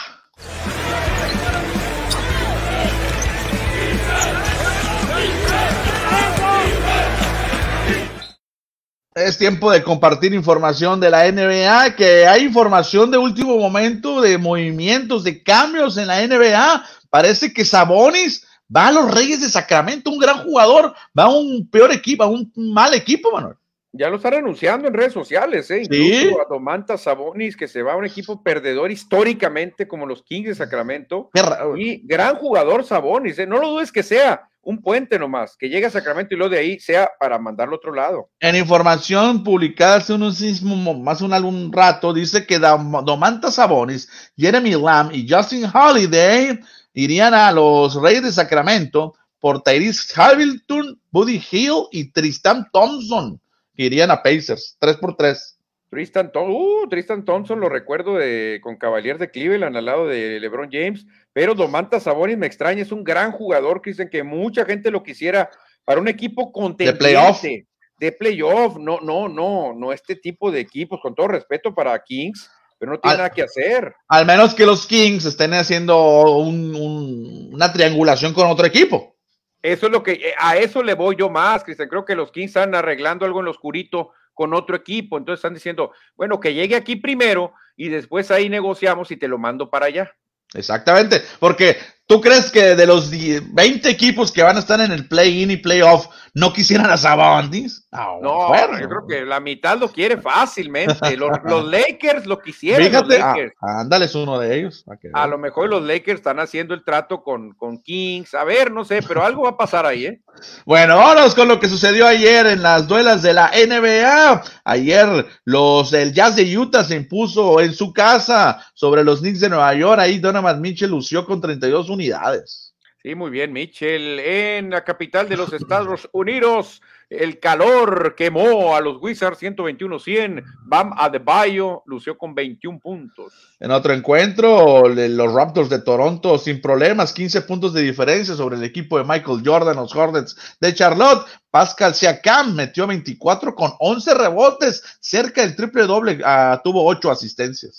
Es tiempo de compartir información de la N B A, que hay información de último momento, de movimientos, de cambios en la N B A. Parece que Sabonis va a los Reyes de Sacramento, un gran jugador, va a un peor equipo, a un mal equipo, Manuel.
Ya lo están anunciando en redes sociales, ¿eh? Incluso ¿sí? A Domantas Sabonis, que se va a un equipo perdedor históricamente como los Kings de Sacramento. Y gran jugador Sabonis, ¿eh? No lo dudes que sea un puente nomás, que llegue a Sacramento y luego de ahí sea para mandarlo a otro lado.
En información publicada hace unos, más un, un rato, dice que Domantas Sabonis, Jeremy Lamb y Justin Holiday irían a los Reyes de Sacramento por Tyrese Halliburton, Buddy Hield y Tristan Thompson, que irían a Pacers, tres por tres.
Tristan, uh, Tristan Thompson lo recuerdo de, con Cavaliers de Cleveland al lado de LeBron James, pero Domantas Sabonis me extraña, es un gran jugador que dicen que mucha gente lo quisiera para un equipo contendiente.
De playoff.
De playoff, no, no, no, no este tipo de equipos, con todo respeto para Kings, pero no tiene al, nada que hacer.
Al menos que los Kings estén haciendo un, un, una triangulación con otro equipo.
Eso es lo que, a eso le voy yo más, Cristian, creo que los Kings están arreglando algo en lo oscurito con otro equipo, entonces están diciendo, bueno, que llegue aquí primero y después ahí negociamos y te lo mando para allá.
Exactamente, porque ¿tú crees que de los veinte equipos que van a estar en el play-in y play-off no quisieran a Sabonis?
No, no bueno. Yo creo que la mitad lo quiere fácilmente. Los, los Lakers lo quisieran.
Fíjate,
los Lakers.
Ah, ándales uno de ellos.
A lo mejor los Lakers están haciendo el trato con, con Kings. A ver, no sé, pero algo va a pasar ahí, ¿eh?
Bueno, vámonos con lo que sucedió ayer en las duelas de la N B A. Ayer los el Jazz de Utah se impuso en su casa sobre los Knicks de Nueva York. Ahí Donovan Mitchell lució con treinta y dos unidades.
Sí, muy bien, Mitchell. En la capital de los Estados Unidos, el calor quemó a los Wizards ciento veintiuno a cien. Bam Adebayo lució con veintiún puntos.
En otro encuentro, los Raptors de Toronto sin problemas, quince puntos de diferencia sobre el equipo de Michael Jordan, los Hornets de Charlotte. Pascal Siakam metió veinticuatro con once rebotes, cerca del triple doble, uh, tuvo ocho asistencias.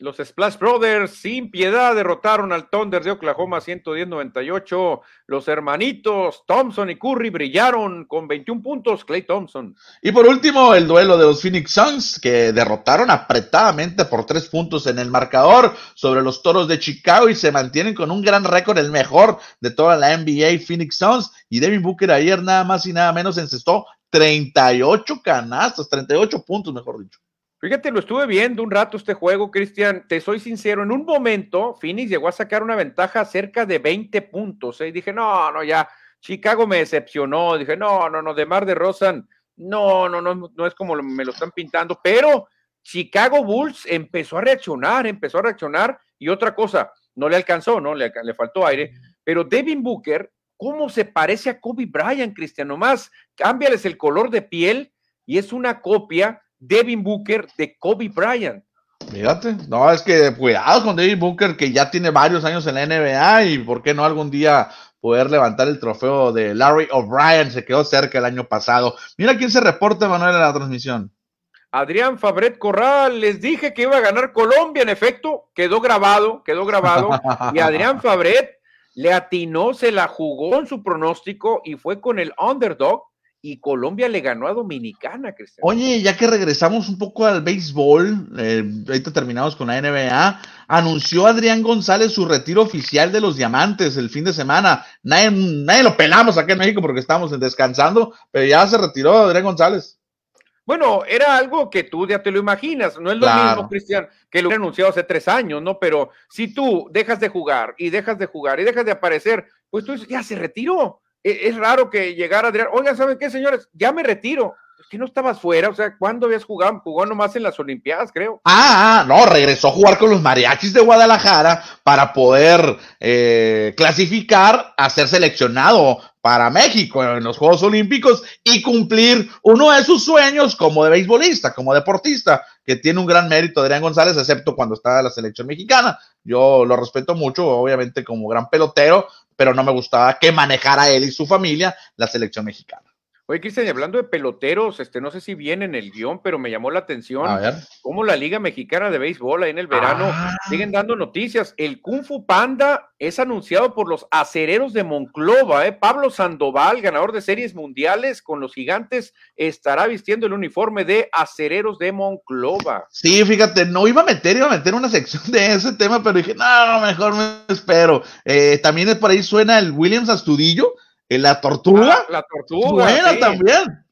Los Splash Brothers, sin piedad, derrotaron al Thunder de Oklahoma ciento diez a noventa y ocho. Los hermanitos Thompson y Curry brillaron con veintiún puntos, Klay Thompson.
Y por último, el duelo de los Phoenix Suns, que derrotaron apretadamente por tres puntos en el marcador sobre los Toros de Chicago y se mantienen con un gran récord, el mejor de toda la N B A, Phoenix Suns. Y Devin Booker ayer nada más y nada menos encestó treinta y ocho canastas, treinta y ocho puntos, mejor dicho.
Fíjate, lo estuve viendo un rato este juego, Cristian, te soy sincero, en un momento Phoenix llegó a sacar una ventaja cerca de veinte puntos, ¿eh? Y dije, no, no, ya, Chicago me decepcionó, dije, no, no, no, DeMar DeRozan, no, no, no, no es como me lo están pintando, pero Chicago Bulls empezó a reaccionar, empezó a reaccionar, y otra cosa, no le alcanzó, ¿no? Le, le faltó aire, pero Devin Booker, ¿cómo se parece a Kobe Bryant, Cristian? Nomás, cámbiales el color de piel, y es una copia Devin Booker de Kobe Bryant.
Fíjate, no, es que cuidado con Devin Booker, que ya tiene varios años en la N B A y por qué no algún día poder levantar el trofeo de Larry O'Brien, se quedó cerca el año pasado. Mira quién se reporta, Manuel, en la transmisión.
Adrián Fabret Corral, les dije que iba a ganar Colombia, en efecto, quedó grabado, quedó grabado, y Adrián Fabret le atinó, se la jugó en su pronóstico y fue con el underdog, y Colombia le ganó a Dominicana, Cristian.
Oye, ya que regresamos un poco al béisbol, eh, ahorita terminamos con la N B A, anunció Adrián González su retiro oficial de los Diamantes el fin de semana. Nadie, nadie lo pelamos acá en México porque estábamos descansando, pero ya se retiró Adrián González.
Bueno, era algo que tú ya te lo imaginas, no es lo
Claro.
mismo, Cristian, que lo hubiera anunciado hace tres años, ¿no? Pero si tú dejas de jugar y dejas de jugar y dejas de aparecer, pues tú dices, ya se retiró. Es raro que llegara Adrián, oigan, ¿saben qué, señores? Ya me retiro. Es que no estabas fuera, o sea, ¿cuándo habías jugado? Jugó nomás en las Olimpiadas, creo.
Ah, ah, no, regresó a jugar con los Mariachis de Guadalajara para poder eh, clasificar a ser seleccionado para México en los Juegos Olímpicos y cumplir uno de sus sueños como de beisbolista, como deportista, que tiene un gran mérito Adrián González, excepto cuando está en la selección mexicana. Yo lo respeto mucho, obviamente como gran pelotero, pero no me gustaba que manejara él y su familia la selección mexicana.
Oye, Cristian, hablando de peloteros, este, no sé si viene en el guión, pero me llamó la atención
A ver.
cómo la Liga Mexicana de Béisbol ahí en el verano
Ah.
siguen dando noticias. El Kung Fu Panda es anunciado por los Acereros de Monclova, ¿eh? Pablo Sandoval, ganador de series mundiales con los Gigantes, estará vistiendo el uniforme de Acereros de Monclova.
Sí, fíjate, no iba a meter, iba a meter una sección de ese tema, pero dije, no, mejor me espero. Eh, también es por ahí suena el Williams Astudillo, la tortuga.
Ah, la tortuga.
Buena
sí.
también.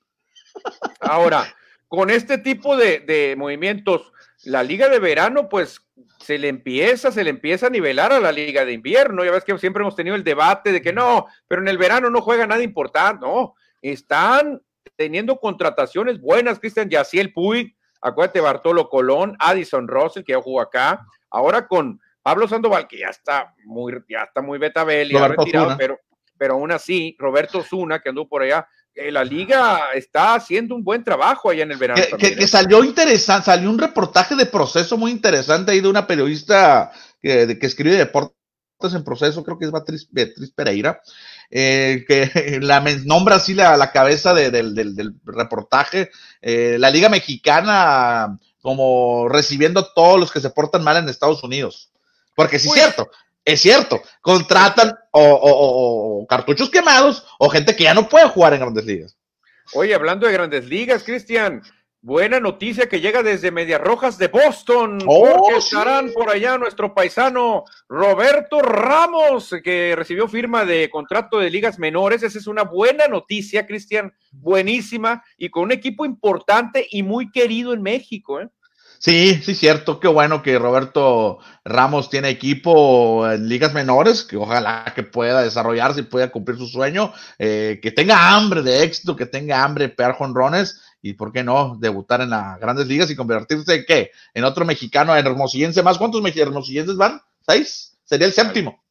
Ahora, con este tipo de, de movimientos, la liga de verano, pues se le empieza, se le empieza a nivelar a la liga de invierno. Ya ves que siempre hemos tenido el debate de que no, pero en el verano no juega nada importante. No, están teniendo contrataciones buenas, Cristian Yaciel Puig, acuérdate, Bartolo Colón, Addison Russell, que ya jugó acá, ahora con Pablo Sandoval, que ya está muy, ya está muy betabel y ha retirado, pero pero aún así, Roberto Zuna, que anduvo por allá, eh, la liga está haciendo un buen trabajo allá en el verano.
Que,
también,
que,
¿eh?
que salió interesante, salió un reportaje de Proceso muy interesante ahí de una periodista que, de, que escribe deportes en Proceso, creo que es Beatriz, Beatriz Pereira, eh, que la nombra así la, la cabeza de, de, de, del reportaje, eh, la Liga Mexicana como recibiendo a todos los que se portan mal en Estados Unidos. Porque sí es cierto, es cierto, contratan o, o, o, o cartuchos quemados o gente que ya no puede jugar en Grandes Ligas.
Oye, hablando de Grandes Ligas, Cristian, buena noticia que llega desde Medias Rojas de Boston,
oh,
porque
sí.
estarán por allá nuestro paisano Roberto Ramos, que recibió firma de contrato de ligas menores. Esa es una buena noticia, Cristian, buenísima, y con un equipo importante y muy querido en México, ¿eh?
Sí, sí, cierto. Qué bueno que Roberto Ramos tiene equipo en ligas menores, que ojalá que pueda desarrollarse y pueda cumplir su sueño, eh, que tenga hambre de éxito, que tenga hambre de pegar jonrones y, ¿por qué no?, debutar en las Grandes Ligas y convertirse en, ¿qué?, en otro mexicano, en hermosillense más. ¿Cuántos hermosillenses van? ¿Seis? Sería el séptimo.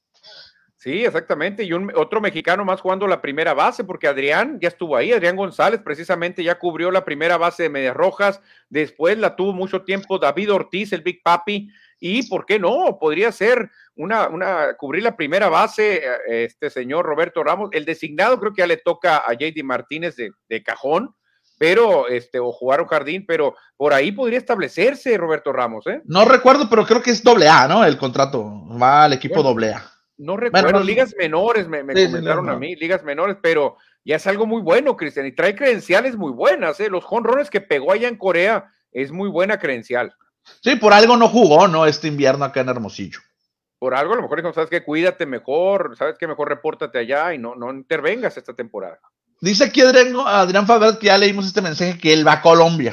Sí, exactamente, y un, otro mexicano más jugando la primera base, porque Adrián ya estuvo ahí, Adrián González precisamente ya cubrió la primera base de Medias Rojas, después la tuvo mucho tiempo David Ortiz, el Big Papi, y ¿por qué no? Podría ser una, una cubrir la primera base este señor Roberto Ramos, el designado creo que ya le toca a J D Martínez de, de cajón, pero, este, o jugar un jardín, pero por ahí podría establecerse Roberto Ramos, ¿eh?
No recuerdo, pero creo que es doble A, ¿no? El contrato, va al equipo
Bueno,
doble A.
No recuerdo,
bueno, no,
ligas menores me, me
sí,
comentaron
sí,
a mí, ligas menores, pero ya es algo muy bueno, Cristian, y trae credenciales muy buenas, ¿eh? Los jonrones que pegó allá en Corea es muy buena credencial.
Sí, por algo no jugó, ¿no? Este invierno acá en Hermosillo.
Por algo, a lo mejor, sabes que cuídate mejor, sabes que mejor repórtate allá y no, no intervengas esta temporada.
Dice aquí Adrián, Adrián Faber que ya leímos este mensaje que él va a Colombia.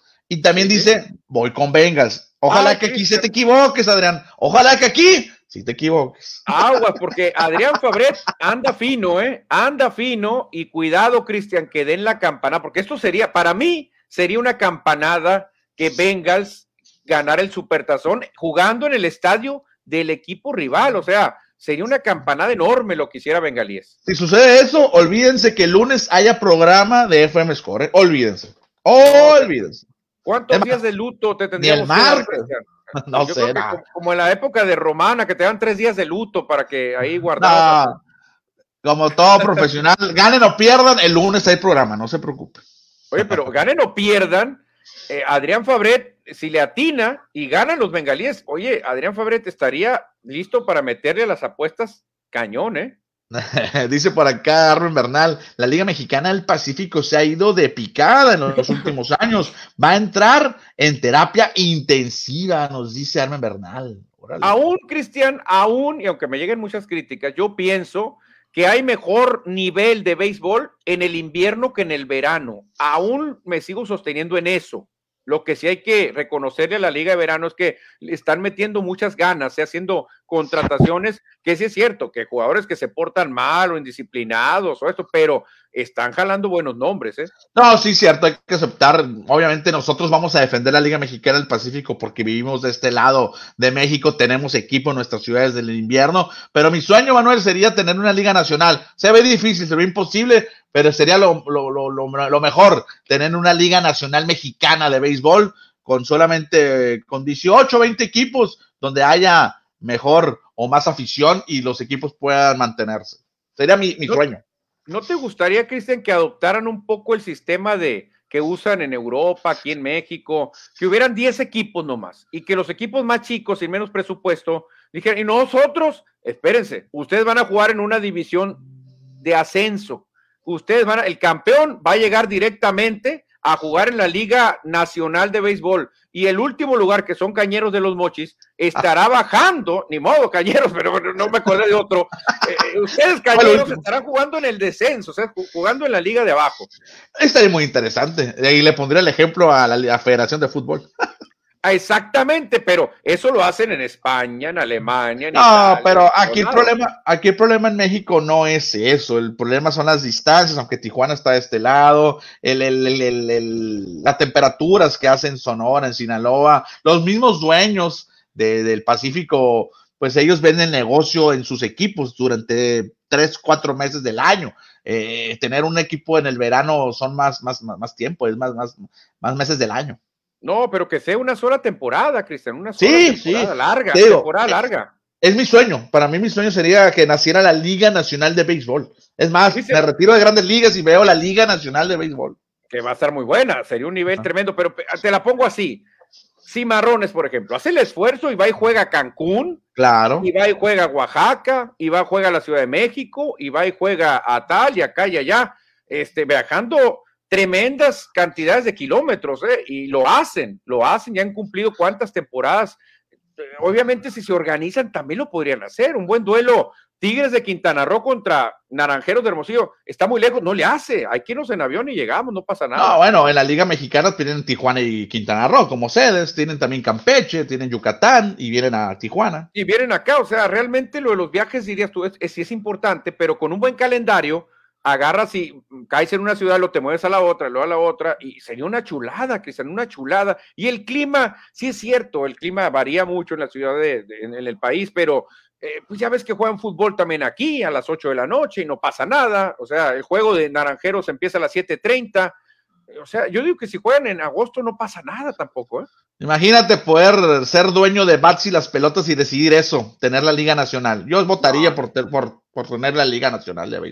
Y también sí, dice, sí. voy con Bengals. Ojalá Ay, que aquí Cristian. se te equivoques, Adrián. Ojalá que aquí si te equivoques.
Aguas, porque Adrián Fabret anda fino, ¿eh? Anda fino y cuidado, Cristian, que den la campana, porque esto sería, para mí, sería una campanada que Bengals ganara el Supertazón jugando en el estadio del equipo rival, o sea, sería una campanada enorme lo que hiciera Bengalíes.
Si sucede eso, olvídense que el lunes haya programa de F M Score, ¿eh? Olvídense. Olvídense.
¿Cuántos es días de luto te tendríamos
que dar, Cristian? No
Yo
sé,
creo que como, como en la época de Romana, que te dan tres días de luto para que ahí guardaras.
No, como todo profesional, ganen o pierdan, el lunes hay programa, no se preocupen.
Oye, pero ganen o pierdan, eh, Adrián Fabret, si le atina y ganan los bengalíes, oye, Adrián Fabret estaría listo para meterle a las apuestas cañón, ¿eh?
Dice por acá Armen Bernal, la Liga Mexicana del Pacífico se ha ido de picada en los últimos años, va a entrar en terapia intensiva, nos dice Armen Bernal. Órale.
Aún, Cristian, aún, y aunque me lleguen muchas críticas, yo pienso que hay mejor nivel de béisbol en el invierno que en el verano. Aún me sigo sosteniendo en eso. Lo que sí hay que reconocerle a la Liga de Verano es que le están metiendo muchas ganas, ¿eh? Haciendo contrataciones, que sí es cierto, que jugadores que se portan mal o indisciplinados o esto, pero están jalando buenos nombres, ¿eh?
No, sí, cierto, hay que aceptar. Obviamente nosotros vamos a defender la Liga Mexicana del Pacífico porque vivimos de este lado de México, tenemos equipo en nuestras ciudades del invierno, pero mi sueño, Manuel, sería tener una Liga Nacional. Se ve difícil, se ve imposible, pero sería lo, lo, lo, lo, lo mejor, tener una Liga Nacional Mexicana de béisbol con solamente, con dieciocho, veinte equipos, donde haya mejor o más afición y los equipos puedan mantenerse. Sería mi, mi
¿No,
sueño.
¿No te gustaría, Cristian, que adoptaran un poco el sistema de que usan en Europa, aquí en México, que hubieran diez equipos nomás y que los equipos más chicos y menos presupuesto dijeran, y nosotros, espérense, ustedes van a jugar en una división de ascenso, ustedes van a, el campeón va a llegar directamente a jugar en la Liga Nacional de Béisbol y el último lugar, que son Cañeros de los Mochis, estará bajando, ni modo, Cañeros, pero no me acordé de otro, eh, ustedes Cañeros estarán jugando en el descenso, o sea, jugando en la liga de abajo.
Estaría muy interesante, y le pondría el ejemplo a la, a la Federación de Fútbol.
Exactamente, pero eso lo hacen en España, en Alemania, en
no,
Italia,
pero aquí el problema, aquí el problema en México no es eso, el problema son las distancias, aunque Tijuana está de este lado, el, el, el, el, el las temperaturas que hacen Sonora, en Sinaloa, los mismos dueños de, del Pacífico, pues ellos ven el negocio en sus equipos durante tres, cuatro meses del año. Eh, tener un equipo en el verano son más, más, más, más tiempo, es más, más, más meses del año.
No, pero que sea una sola temporada, Cristian, una sola
sí,
temporada
sí.
larga,
digo,
temporada
es,
larga.
Es mi sueño, para mí mi sueño sería que naciera la Liga Nacional de Béisbol. Es más,
sí, sí.
me retiro de Grandes Ligas y veo la Liga Nacional de Béisbol.
Que va a estar muy buena, sería un nivel ah. tremendo, pero te la pongo así. Cimarrones, por ejemplo, hace el esfuerzo y va y juega a Cancún,
claro,
y va y juega a Oaxaca, y va y juega a la Ciudad de México, y va y juega a tal y acá y allá, este, viajando tremendas cantidades de kilómetros, ¿eh? Y lo hacen, lo hacen, ya han cumplido cuántas temporadas. Obviamente, si se organizan, también lo podrían hacer. Un buen duelo, Tigres de Quintana Roo contra Naranjeros de Hermosillo, está muy lejos, no le hace, hay que irnos en avión y llegamos, no pasa nada.
No, bueno, en la Liga Mexicana tienen Tijuana y Quintana Roo como sedes, tienen también Campeche, tienen Yucatán y vienen a Tijuana.
Y vienen acá, o sea, realmente lo de los viajes, dirías tú, es, es, sí es importante, pero con un buen calendario, agarras y caes en una ciudad, lo te mueves a la otra, luego a la otra, y sería una chulada, Cristian, una chulada. Y el clima, sí es cierto, el clima varía mucho en la ciudad, de, de, en el país, pero eh, pues ya ves que juegan fútbol también aquí a las ocho de la noche y no pasa nada. O sea, el juego de Naranjeros empieza a las siete treinta. O sea, yo digo que si juegan en agosto no pasa nada tampoco, ¿eh?
Imagínate poder ser dueño de bats y las pelotas y decidir eso, tener la Liga Nacional. Yo votaría no. por, por, por tener la Liga Nacional de Béisbol.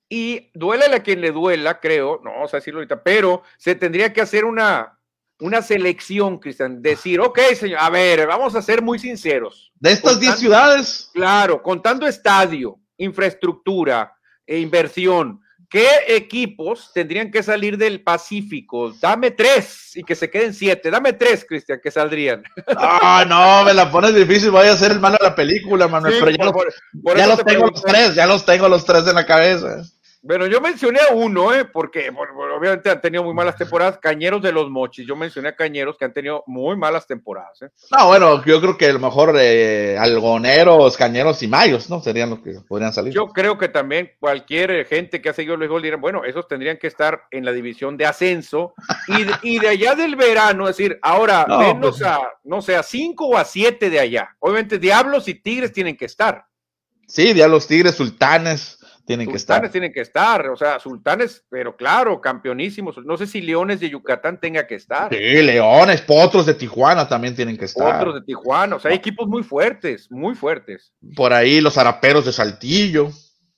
Y duélale a quien le duela, creo, no vamos a decirlo ahorita, pero se tendría que hacer una, una selección, Cristian, decir, ok, señor, a ver, vamos a ser muy sinceros.
De estas diez ciudades.
Claro, contando estadio, infraestructura e inversión, ¿qué equipos tendrían que salir del Pacífico? Dame tres y que se queden siete. Dame tres, Cristian, que saldrían.
Ah, no, me la pones difícil. Voy a ser el malo de la película, Manuel. Sí, pero ya, por, los, por ya los tengo pregunté. los tres, ya los tengo los tres en la cabeza.
Bueno, yo mencioné a uno, ¿eh? porque bueno, obviamente han tenido muy malas temporadas. Cañeros de los Mochis. Yo mencioné a Cañeros que han tenido muy malas temporadas. ¿eh?
No, bueno, yo creo que a lo mejor eh, Algoneros, Cañeros y Mayos, ¿no? Serían los que podrían salir.
Yo creo que también cualquier gente que ha seguido el béisbol dirán, bueno, esos tendrían que estar en la división de ascenso y de, y de allá del verano, es decir, ahora no, venos pues, a, no sé, a cinco o a siete de allá. Obviamente Diablos y Tigres tienen que estar.
Sí, Diablos, Tigres, Sultanes. Tienen que
Sultanes
estar.
tienen que estar, o sea, Sultanes, pero claro, campeonísimos. No sé si Leones de Yucatán tenga que estar.
Sí, Leones, Potros de Tijuana también tienen que estar.
Potros de Tijuana, o sea, hay equipos muy fuertes, muy fuertes.
Por ahí los Zaraperos de Saltillo.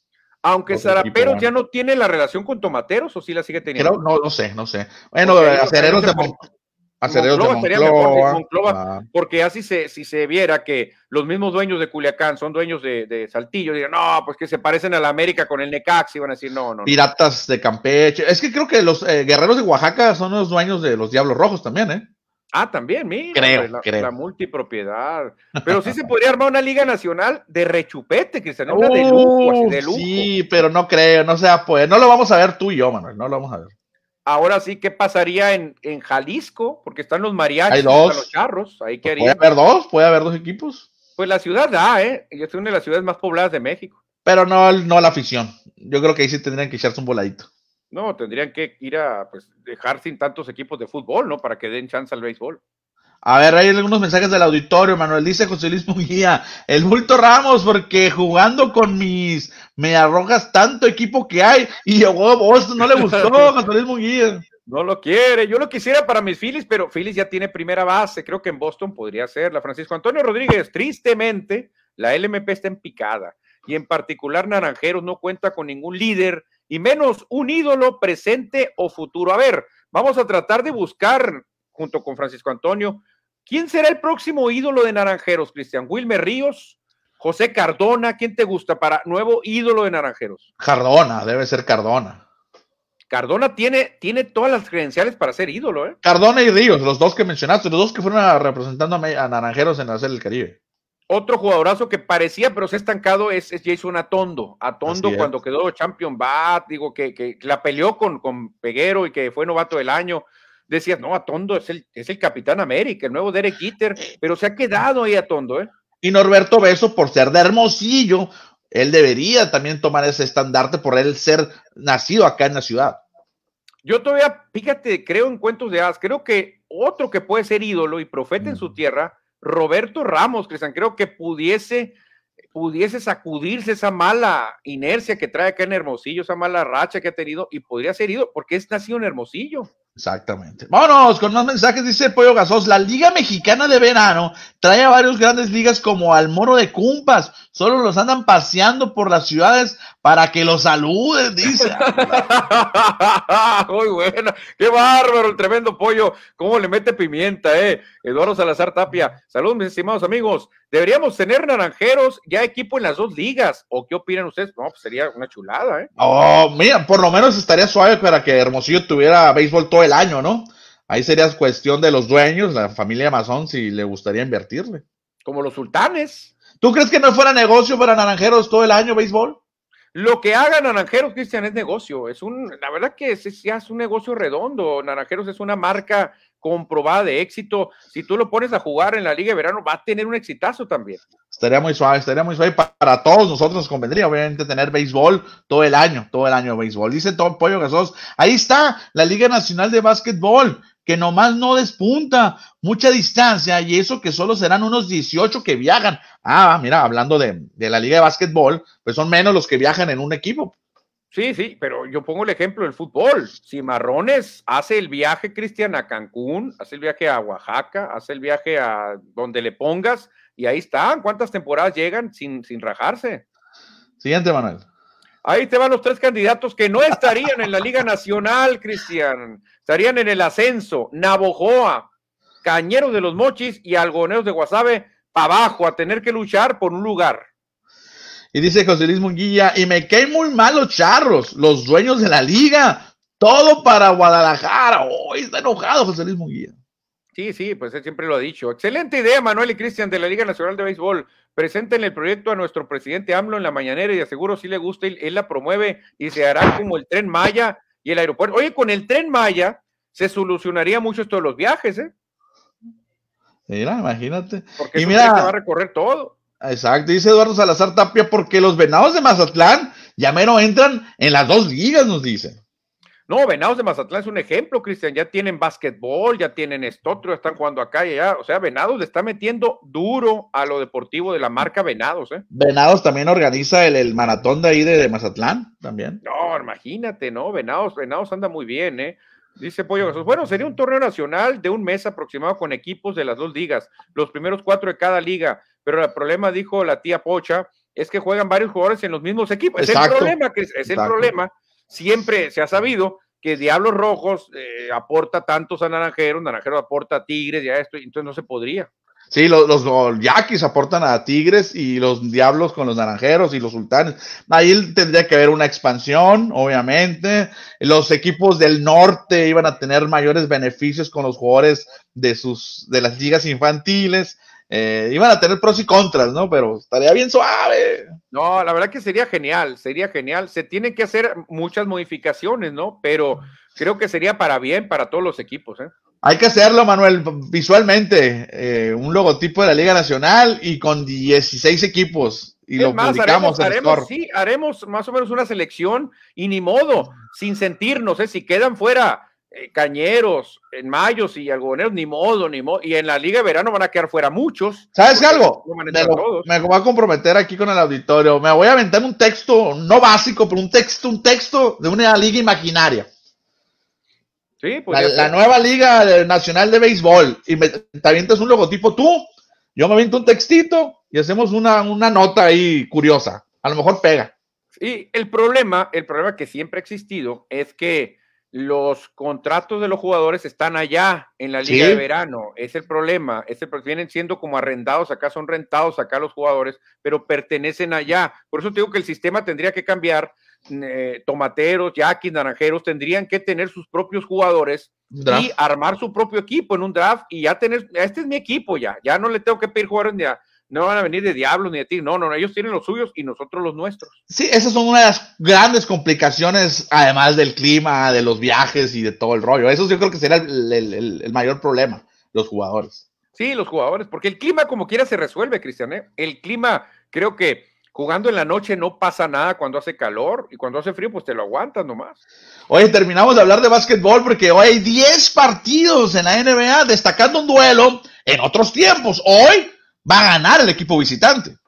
Aunque Zaraperos ya no tiene la relación con Tomateros, ¿o sí la sigue teniendo?
Creo, no, no sé, no sé. Bueno, Acereros de Monclova. Acereros
Monclova,
de Monclova,
sería mejor, Monclova
ah.
porque así se, si se viera que los mismos dueños de Culiacán son dueños de, de Saltillo, dirían, no, pues que se parecen a la América con el Necaxa, iban a decir, no, no.
Piratas
no.
de Campeche. Es que creo que los eh, Guerreros de Oaxaca son los dueños de los Diablos Rojos también, ¿eh?
Ah, también, mira,
creo,
la,
creo.
la multipropiedad. Pero sí se podría armar una liga nacional de rechupete, que sería una uh, de lujo, así de lujo.
Sí, pero no creo, no se va a poder. No lo vamos a ver tú y yo, Manuel, no lo vamos a ver.
Ahora sí, ¿qué pasaría en, en Jalisco? Porque están los mariachis,
hay dos.
Están los charros. Ahí
pues puede haber dos, puede haber dos equipos.
Pues la ciudad da, ¿eh? Es una de las ciudades más pobladas de México.
Pero no, no la afición. Yo creo que ahí sí tendrían que echarse un voladito.
No, tendrían que ir a pues, dejar sin tantos equipos de fútbol, ¿no? Para que den chance al béisbol.
A ver, hay algunos mensajes del auditorio, Manuel. Dice José Luis Munguía, el bulto Ramos, porque jugando con mis me arrojas tanto equipo que hay y llegó a Boston, no le gustó José Luis Munguía.
No lo quiere, yo lo quisiera para mis Phillies, pero Phillies ya tiene primera base, creo que en Boston podría ser. La Francisco Antonio Rodríguez, tristemente, la L M P está en picada, y en particular Naranjeros no cuenta con ningún líder, y menos un ídolo presente o futuro. A ver, vamos a tratar de buscar, junto con Francisco Antonio, ¿quién será el próximo ídolo de Naranjeros, Cristian? ¿Wilmer Ríos? ¿José Cardona? ¿Quién te gusta para nuevo ídolo de Naranjeros?
Cardona, debe ser Cardona.
Cardona tiene, tiene todas las credenciales para ser ídolo, ¿eh?
Cardona y Ríos, los dos que mencionaste, los dos que fueron a, representando a, a Naranjeros en la Serie del Caribe.
Otro jugadorazo que parecía, pero se ha estancado, es, es Jason Atondo. Atondo cuando quedó Champion Bat, digo, que, que la peleó con, con Peguero y que fue novato del año. Decías, no, Atondo es el, es el Capitán América, el nuevo Derek Jeter, pero se ha quedado ahí Atondo, ¿eh?
Y Norberto Beso, por ser de Hermosillo, él debería también tomar ese estandarte por él ser nacido acá en la ciudad.
Yo todavía, fíjate, creo en cuentos de hadas, creo que otro que puede ser ídolo y profeta mm. en su tierra, Roberto Ramos, Cristian, creo que pudiese, pudiese sacudirse esa mala inercia que trae acá en Hermosillo, esa mala racha que ha tenido, y podría ser ídolo, porque es nacido en Hermosillo.
Exactamente. Vámonos con más mensajes, dice Pollo Gasos. La Liga Mexicana de Verano trae a varios grandes ligas como al Moro de Cumpas. Solo los andan paseando por las ciudades para que los saluden, dice.
Muy buena. Qué bárbaro el tremendo Pollo. Cómo le mete pimienta, eh. Eduardo Salazar Tapia. Saludos, mis estimados amigos. Deberíamos tener Naranjeros ya equipo en las dos ligas. ¿O qué opinan ustedes? No, pues sería una chulada, eh.
Oh, mira, por lo menos estaría suave para que Hermosillo tuviera béisbol todo el año, ¿no? Ahí sería cuestión de los dueños, la familia Mazón, si le gustaría invertirle.
Como los Sultanes.
¿Tú crees que no fuera negocio para Naranjeros todo el año béisbol?
Lo que haga Naranjeros, Cristian, es negocio. Es un, la verdad que es, es, es un negocio redondo. Naranjeros es una marca comprobada de éxito. Si tú lo pones a jugar en la Liga de Verano, va a tener un exitazo también.
Estaría muy suave, estaría muy suave. Para, para todos nosotros nos convendría, obviamente, tener béisbol todo el año, todo el año de béisbol. Dice todo Pollo Gasos. Ahí está la Liga Nacional de Básquetbol, que nomás no despunta, mucha distancia, y eso que solo serán unos dieciocho que viajan. Ah, mira, hablando de, de la Liga de Básquetbol, pues son menos los que viajan en un equipo.
Sí, sí, pero yo pongo el ejemplo del fútbol. Cimarrones hace el viaje, Cristian, a Cancún, hace el viaje a Oaxaca, hace el viaje a donde le pongas, y ahí están. ¿Cuántas temporadas llegan sin, sin rajarse?
Siguiente, Manuel.
Ahí te van los tres candidatos que no estarían en la Liga Nacional, Cristian. Estarían en el ascenso. Navojoa, Cañeros de los Mochis y Algodoneros de Guasave para abajo a tener que luchar por un lugar.
Y dice José Luis Munguilla, y me caen muy mal los Charros, los dueños de la liga. Todo para Guadalajara. Oh, está enojado José Luis Munguía.
Sí, sí, pues él siempre lo ha dicho. Excelente idea, Manuel y Cristian, de la Liga Nacional de Béisbol. Presenten el proyecto a nuestro presidente AMLO en la mañanera y de seguro si le gusta, él, él la promueve y se hará como el Tren Maya y el aeropuerto. Oye, con el Tren Maya se solucionaría mucho esto de los viajes, ¿eh?
Mira, imagínate.
Porque
y
es
mira,
que va a recorrer todo.
Exacto, dice Eduardo Salazar Tapia, porque los Venados de Mazatlán ya menos entran en las dos ligas, nos dice.
No, Venados de Mazatlán es un ejemplo, Cristian, ya tienen básquetbol, ya tienen esto otro, están jugando acá y allá, o sea, Venados le está metiendo duro a lo deportivo de la marca Venados, ¿eh?
Venados también organiza el, el maratón de ahí de, de Mazatlán, también.
No, imagínate, ¿no? Venados, Venados anda muy bien, ¿eh? Dice Pollo Jesús, bueno, sería un torneo nacional de un mes aproximado con equipos de las dos ligas, los primeros cuatro de cada liga, pero el problema, dijo la tía Pocha, es que juegan varios jugadores en los mismos equipos. Es Exacto. el problema, que es, es el problema. Siempre se ha sabido que Diablos Rojos eh, aporta tantos a Naranjeros, Naranjeros aporta a Tigres y a esto, y entonces no se podría.
Sí, los, los, los Yaquis aportan a Tigres y los Diablos con los Naranjeros y los Sultanes. Ahí tendría que haber una expansión, obviamente. Los equipos del norte iban a tener mayores beneficios con los jugadores de sus de las ligas infantiles. Eh, iban a tener pros y contras, ¿no? Pero estaría bien suave.
No, la verdad que sería genial, sería genial. Se tienen que hacer muchas modificaciones, ¿no? Pero creo que sería para bien para todos los equipos, ¿eh?
Hay que hacerlo, Manuel, visualmente. Eh, un logotipo de la Liga Nacional y con dieciséis equipos. Y es lo más, publicamos
haremos, en haremos, sí, haremos más o menos una selección y ni modo, sin sentirnos, ¿eh? Si quedan fuera eh, Cañeros, en Mayos y Algodoneros, ni modo, ni modo. Y en la Liga de Verano van a quedar fuera muchos.
¿Sabes qué algo? Me, lo, me voy a comprometer aquí con el auditorio. Me voy a aventar un texto, no básico, pero un texto, un texto de una liga imaginaria.
Sí,
pues la, la nueva Liga Nacional de Béisbol. Y me, te avientas un logotipo tú, yo me aviento un textito y hacemos una, una nota ahí curiosa. A lo mejor pega.
Y el problema, el problema que siempre ha existido es que los contratos de los jugadores están allá en la Liga ¿Sí? de Verano. Es el problema. Es el, vienen siendo como arrendados, acá son rentados acá los jugadores, pero pertenecen allá. Por eso te digo que el sistema tendría que cambiar. Eh, tomateros, yaquis, naranjeros tendrían que tener sus propios jugadores draft. Y armar su propio equipo en un draft y ya tener, este es mi equipo ya, ya no le tengo que pedir jugadores ni a, no van a venir de Diablos ni de ti, no, no, no, ellos tienen los suyos y nosotros los nuestros.
Sí, esas son una de las grandes complicaciones, además del clima, de los viajes y de todo el rollo. Eso yo creo que será el, el, el, el mayor problema, los jugadores.
Sí, los jugadores, porque el clima como quiera se resuelve, Cristian, ¿eh? El clima, creo que jugando en la noche no pasa nada cuando hace calor y cuando hace frío, pues te lo aguantas nomás.
Oye, terminamos de hablar de básquetbol porque hoy hay diez partidos en la N B A, destacando un duelo en otros tiempos. Hoy va a ganar el equipo visitante.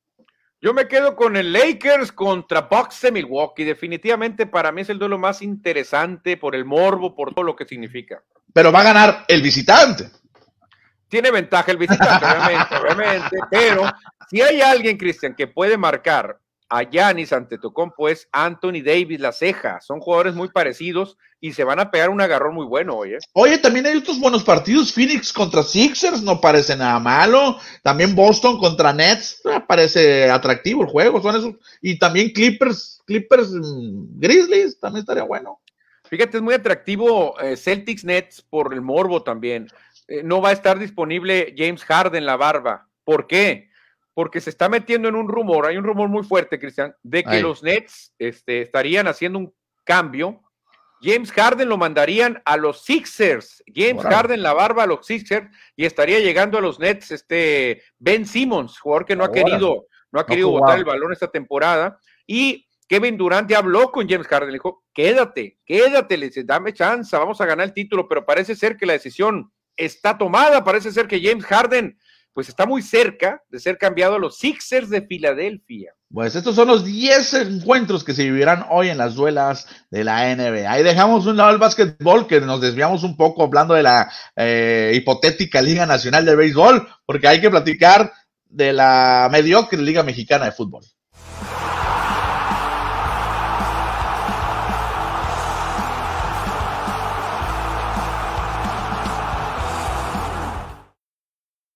Yo me quedo con el Lakers contra Bucks de Milwaukee. Definitivamente para mí es el duelo más interesante por el morbo, por todo lo que significa.
Pero va a ganar el visitante.
Tiene ventaja el visitante, obviamente, obviamente, pero si hay alguien, Cristian, que puede marcar a Giannis Antetokounmpo es Anthony Davis, la ceja. Son jugadores muy parecidos y se van a pegar un agarrón muy bueno hoy, ¿eh?
Oye, también hay otros buenos partidos. Phoenix contra Sixers, no parece nada malo. También Boston contra Nets, eh, parece atractivo el juego. Son esos. Y también Clippers, Clippers mmm, Grizzlies, también estaría bueno.
Fíjate, es muy atractivo eh, Celtics Nets por el morbo también. Eh, no va a estar disponible James Harden, la barba. ¿Por qué? Porque se está metiendo en un rumor, hay un rumor muy fuerte, Cristian, de que Ay. los Nets este, estarían haciendo un cambio. James Harden lo mandarían a los Sixers. James wow. Harden, la barba, a los Sixers, y estaría llegando a los Nets este Ben Simmons, jugador que no ha wow. querido, no ha querido no botar el balón esta temporada. Y Kevin Durant ya habló con James Harden, le dijo, quédate, quédate, le dice, dame chance, vamos a ganar el título, pero parece ser que la decisión está tomada, parece ser que James Harden pues está muy cerca de ser cambiado a los Sixers de Filadelfia.
Pues estos son los diez encuentros que se vivirán hoy en las duelas de la N B A. Ahí dejamos un lado el básquetbol, que nos desviamos un poco hablando de la eh, hipotética Liga Nacional de Béisbol, porque hay que platicar de la mediocre Liga Mexicana de Fútbol.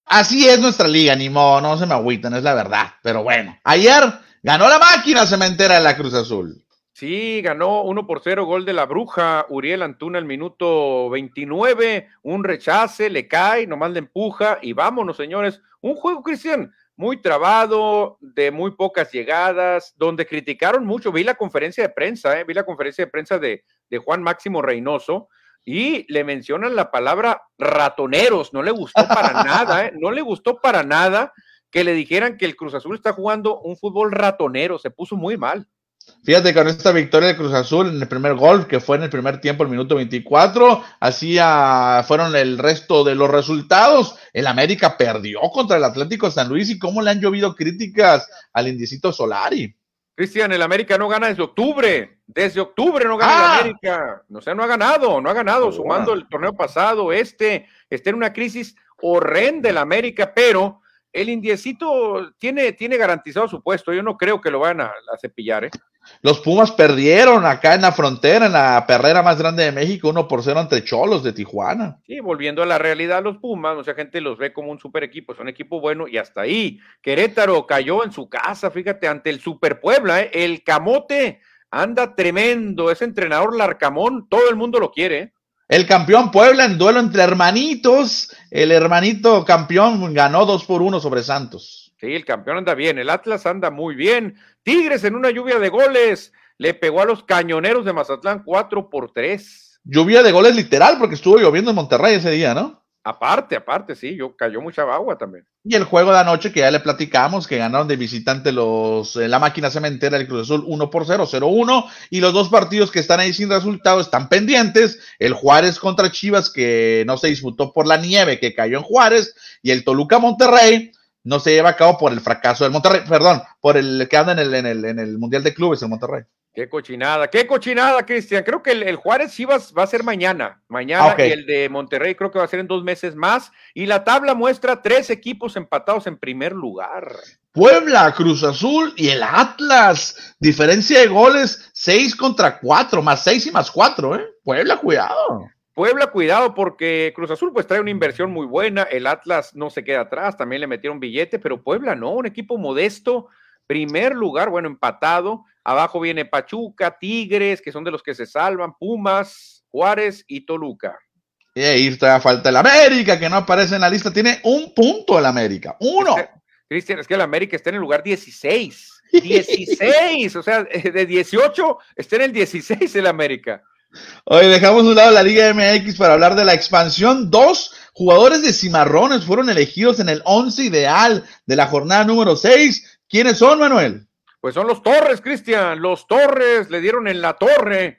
Así es nuestra liga, ni modo, no se me agüitan, es la verdad. Pero bueno, ayer ganó la máquina cementera de la Cruz Azul.
Sí, ganó uno por cero, gol de la Bruja, Uriel Antuna al minuto veintinueve, un rechace, le cae, nomás le empuja y vámonos, señores. Un juego, Cristian, muy trabado, de muy pocas llegadas, donde criticaron mucho. Vi la conferencia de prensa, eh, vi la conferencia de prensa de, de Juan Máximo Reynoso y le mencionan la palabra ratoneros, no le gustó para nada, eh, no le gustó para nada que le dijeran que el Cruz Azul está jugando un fútbol ratonero, se puso muy mal.
Fíjate que con esta victoria de Cruz Azul en el primer gol, que fue en el primer tiempo, el minuto veinticuatro, así ah, fueron el resto de los resultados. El América perdió contra el Atlético San Luis y cómo le han llovido críticas al Indiecito Solari.
Cristian, el América no gana desde octubre, desde octubre no gana
¡Ah!
el América, o sea, no ha ganado, no ha ganado,
Oh,
sumando el torneo pasado, este, está en una crisis horrenda el América, pero el Indiecito tiene, tiene garantizado su puesto, yo no creo que lo van a, a cepillar, ¿eh?
Los Pumas perdieron acá en la frontera, en la perrera más grande de México, uno por cero ante Cholos de Tijuana.
Sí, volviendo a la realidad, los Pumas, mucha gente los ve como un super equipo, es un equipo bueno y hasta ahí. Querétaro cayó en su casa, fíjate, ante el Super Puebla, ¿eh? El Camote anda tremendo, ese entrenador Larcamón, todo el mundo lo quiere, ¿eh?
El campeón Puebla en duelo entre hermanitos, el hermanito campeón ganó dos por uno sobre Santos.
Sí, el campeón anda bien, el Atlas anda muy bien. Tigres en una lluvia de goles, le pegó a los Cañoneros de Mazatlán cuatro por tres.
Lluvia de goles literal porque estuvo lloviendo en Monterrey ese día, ¿no?
Aparte, aparte, sí, yo, cayó mucha agua también.
Y el juego de anoche que ya le platicamos, que ganaron de visitante los eh, la máquina cementera del Cruz Azul uno por cero, cero uno, y los dos partidos que están ahí sin resultado están pendientes, el Juárez contra Chivas que no se disputó por la nieve que cayó en Juárez, y el Toluca Monterrey no se lleva a cabo por el fracaso del Monterrey, perdón, por el que anda en el, en el, en el Mundial de Clubes en Monterrey.
Qué cochinada, qué cochinada, Cristian. Creo que el, el Juárez sí va, va a ser mañana, mañana, ah, okay. Y el de Monterrey creo que va a ser en dos meses más. Y la tabla muestra tres equipos empatados en primer lugar.
Puebla, Cruz Azul y el Atlas. Diferencia de goles, seis contra cuatro, más seis y más cuatro, ¿eh? Puebla, cuidado.
Puebla, cuidado, porque Cruz Azul pues trae una inversión muy buena, el Atlas no se queda atrás, también le metieron billete, pero Puebla no, un equipo modesto, primer lugar, bueno, empatado, abajo viene Pachuca, Tigres, que son de los que se salvan, Pumas, Juárez y Toluca.
Y ahí todavía falta el América, que no aparece en la lista, tiene un punto el América, uno.
Es que, Cristian, es que el América está en el lugar dieciséis, dieciséis, o sea, de dieciocho está en el dieciséis el América.
Hoy dejamos a un lado la Liga M X para hablar de la expansión. Dos jugadores de Cimarrones fueron elegidos en el once ideal de la jornada número seis. ¿Quiénes son, Manuel?
Pues son los Torres, Cristian. Los Torres le dieron en la torre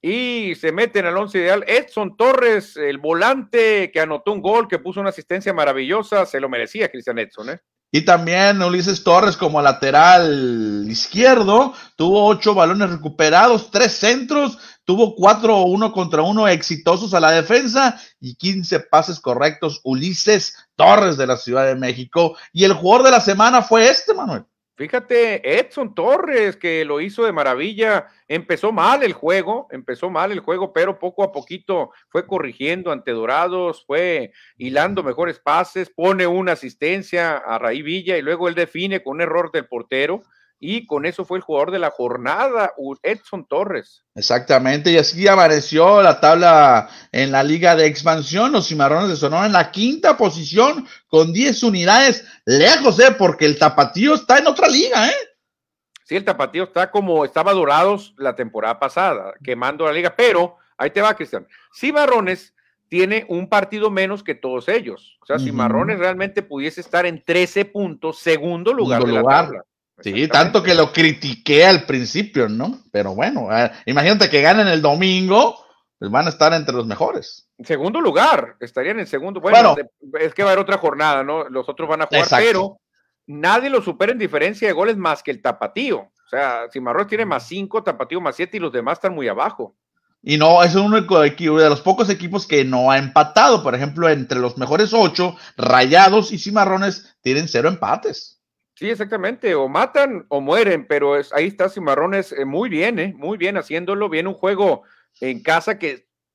y se meten al once ideal. Edson Torres, el volante que anotó un gol, que puso una asistencia maravillosa, se lo merecía Cristian Edson, ¿eh?
Y también Ulises Torres como lateral izquierdo, tuvo ocho balones recuperados, tres centros, tuvo cuatro uno contra uno exitosos a la defensa y quince pases correctos. Ulises Torres de la Ciudad de México. Y el jugador de la semana fue este, Manuel.
Fíjate, Edson Torres, que lo hizo de maravilla, empezó mal el juego, empezó mal el juego, pero poco a poquito fue corrigiendo ante Dorados, fue hilando mejores pases, pone una asistencia a Raí Villa y luego él define con un error del portero y con eso fue el jugador de la jornada, Edson Torres.
Exactamente, y así apareció la tabla en la Liga de Expansión. Los Cimarrones de Sonora en la quinta posición con diez unidades, lejos, ¿eh? Porque el Tapatío está en otra liga, ¿eh?
Sí, el Tapatío está como estaba Dorados la temporada pasada, quemando la liga, pero ahí te va, Cristian. Cimarrones tiene un partido menos que todos ellos. O sea, uh-huh. Cimarrones realmente pudiese estar en trece puntos, segundo lugar segundo de
lugar.
la tabla.
Sí, tanto que lo critiqué al principio, ¿no? Pero bueno, eh, imagínate que ganen el domingo, pues van a estar entre los mejores.
Segundo lugar, estarían en segundo. Bueno, bueno es que va a haber otra jornada, ¿no? Los otros van a jugar, exacto. Pero nadie lo supera en diferencia de goles más que el Tapatío. O sea, Cimarrones tiene más cinco, Tapatío más siete y los demás están muy abajo.
Y no, es uno de los pocos equipos que no ha empatado. Por ejemplo, entre los mejores ocho, Rayados y Cimarrones tienen cero empates.
Sí, exactamente, o matan o mueren, pero es, ahí está Cimarrones eh, muy bien, eh, muy bien haciéndolo, viene un juego en casa que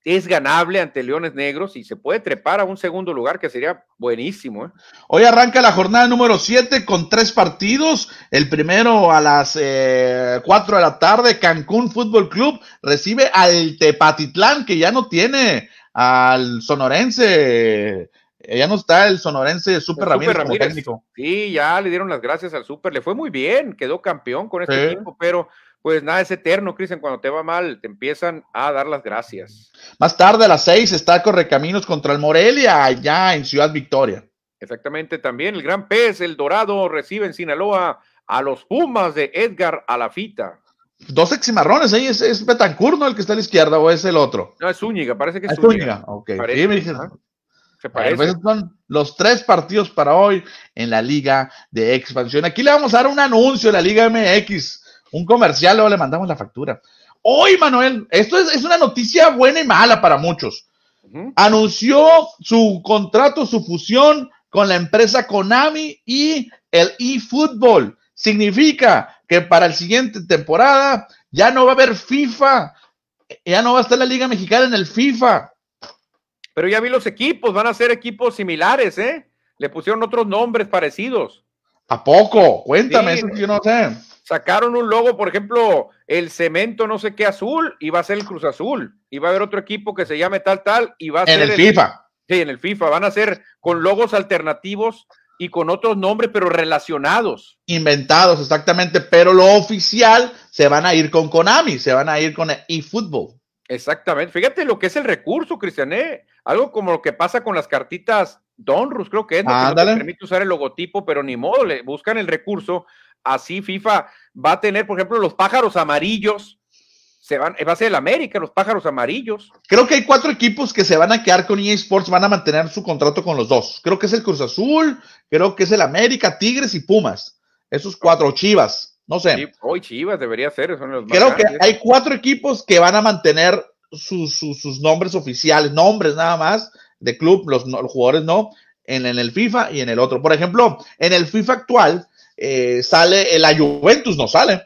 es ganable ante Leones Negros y se puede trepar a un segundo lugar que sería buenísimo. ¿eh?
Hoy arranca la jornada número siete con tres partidos. El primero a las eh, cuatro de la tarde, Cancún Fútbol Club recibe al Tepatitlán, que ya no tiene al sonorense, ya no está el sonorense Super, el Ramírez, Super Ramírez como técnico.
Sí, ya le dieron las gracias al Super, le fue muy bien, quedó campeón con este sí. equipo, pero pues nada, es eterno, Cristian, cuando te va mal, te empiezan a dar las gracias.
Más tarde a las seis está Correcaminos contra el Morelia, allá en Ciudad Victoria.
Exactamente, también el Gran Pez, el Dorado, recibe en Sinaloa a los Pumas de Edgar Alafita.
Dos eximarrones, ahí es, es Betancourt, ¿no? El que está a la izquierda, o es el otro.
No, es Zúñiga, parece que es,
es
Zúñiga.
Zúñiga. Ok,
parece,
sí, me dije,
se parece.
Bueno, pues son los tres partidos para hoy en la Liga de Expansión. Aquí le vamos a dar un anuncio a la Liga M X. Un comercial, luego le mandamos la factura. Hoy, Manuel, esto es, es una noticia buena y mala para muchos. Uh-huh. Anunció su contrato, su fusión con la empresa Konami y el eFootball. Significa que para la siguiente temporada ya no va a haber FIFA, ya no va a estar la Liga Mexicana en el FIFA.
Pero ya vi los equipos, van a ser equipos similares, ¿eh? Le pusieron otros nombres parecidos.
¿A poco? Cuéntame, sí, eso que yo no sé.
Sacaron un logo, por ejemplo, el Cemento no sé qué azul, y va a ser el Cruz Azul, y va a haber otro equipo que se llame tal, tal, y va a
en
ser
el, el FIFA.
Sí, en el FIFA, van a ser con logos alternativos y con otros nombres, pero relacionados.
Inventados, exactamente, pero lo oficial se van a ir con Konami, se van a ir con el eFootball.
Exactamente, fíjate lo que es el recurso, Cristian, ¿eh? Algo como lo que pasa con las cartitas Donruss, creo que es,
ah,
que no te permite usar el logotipo, pero ni modo, le buscan el recurso. Así FIFA va a tener, por ejemplo, los pájaros amarillos, se van, va a ser el América, los pájaros amarillos.
Creo que hay cuatro equipos que se van a quedar con E A Sports, van a mantener su contrato con los dos. Creo que es el Cruz Azul, creo que es el América, Tigres y Pumas. Esos cuatro, Chivas, no sé.
Sí, hoy Chivas debería ser, son los más
Creo
grandes.
que hay cuatro equipos que van a mantener sus, sus, sus nombres oficiales, nombres nada más de club, los, los jugadores no, en, en el FIFA y en el otro. Por ejemplo, en el FIFA actual eh, sale la Juventus, no sale.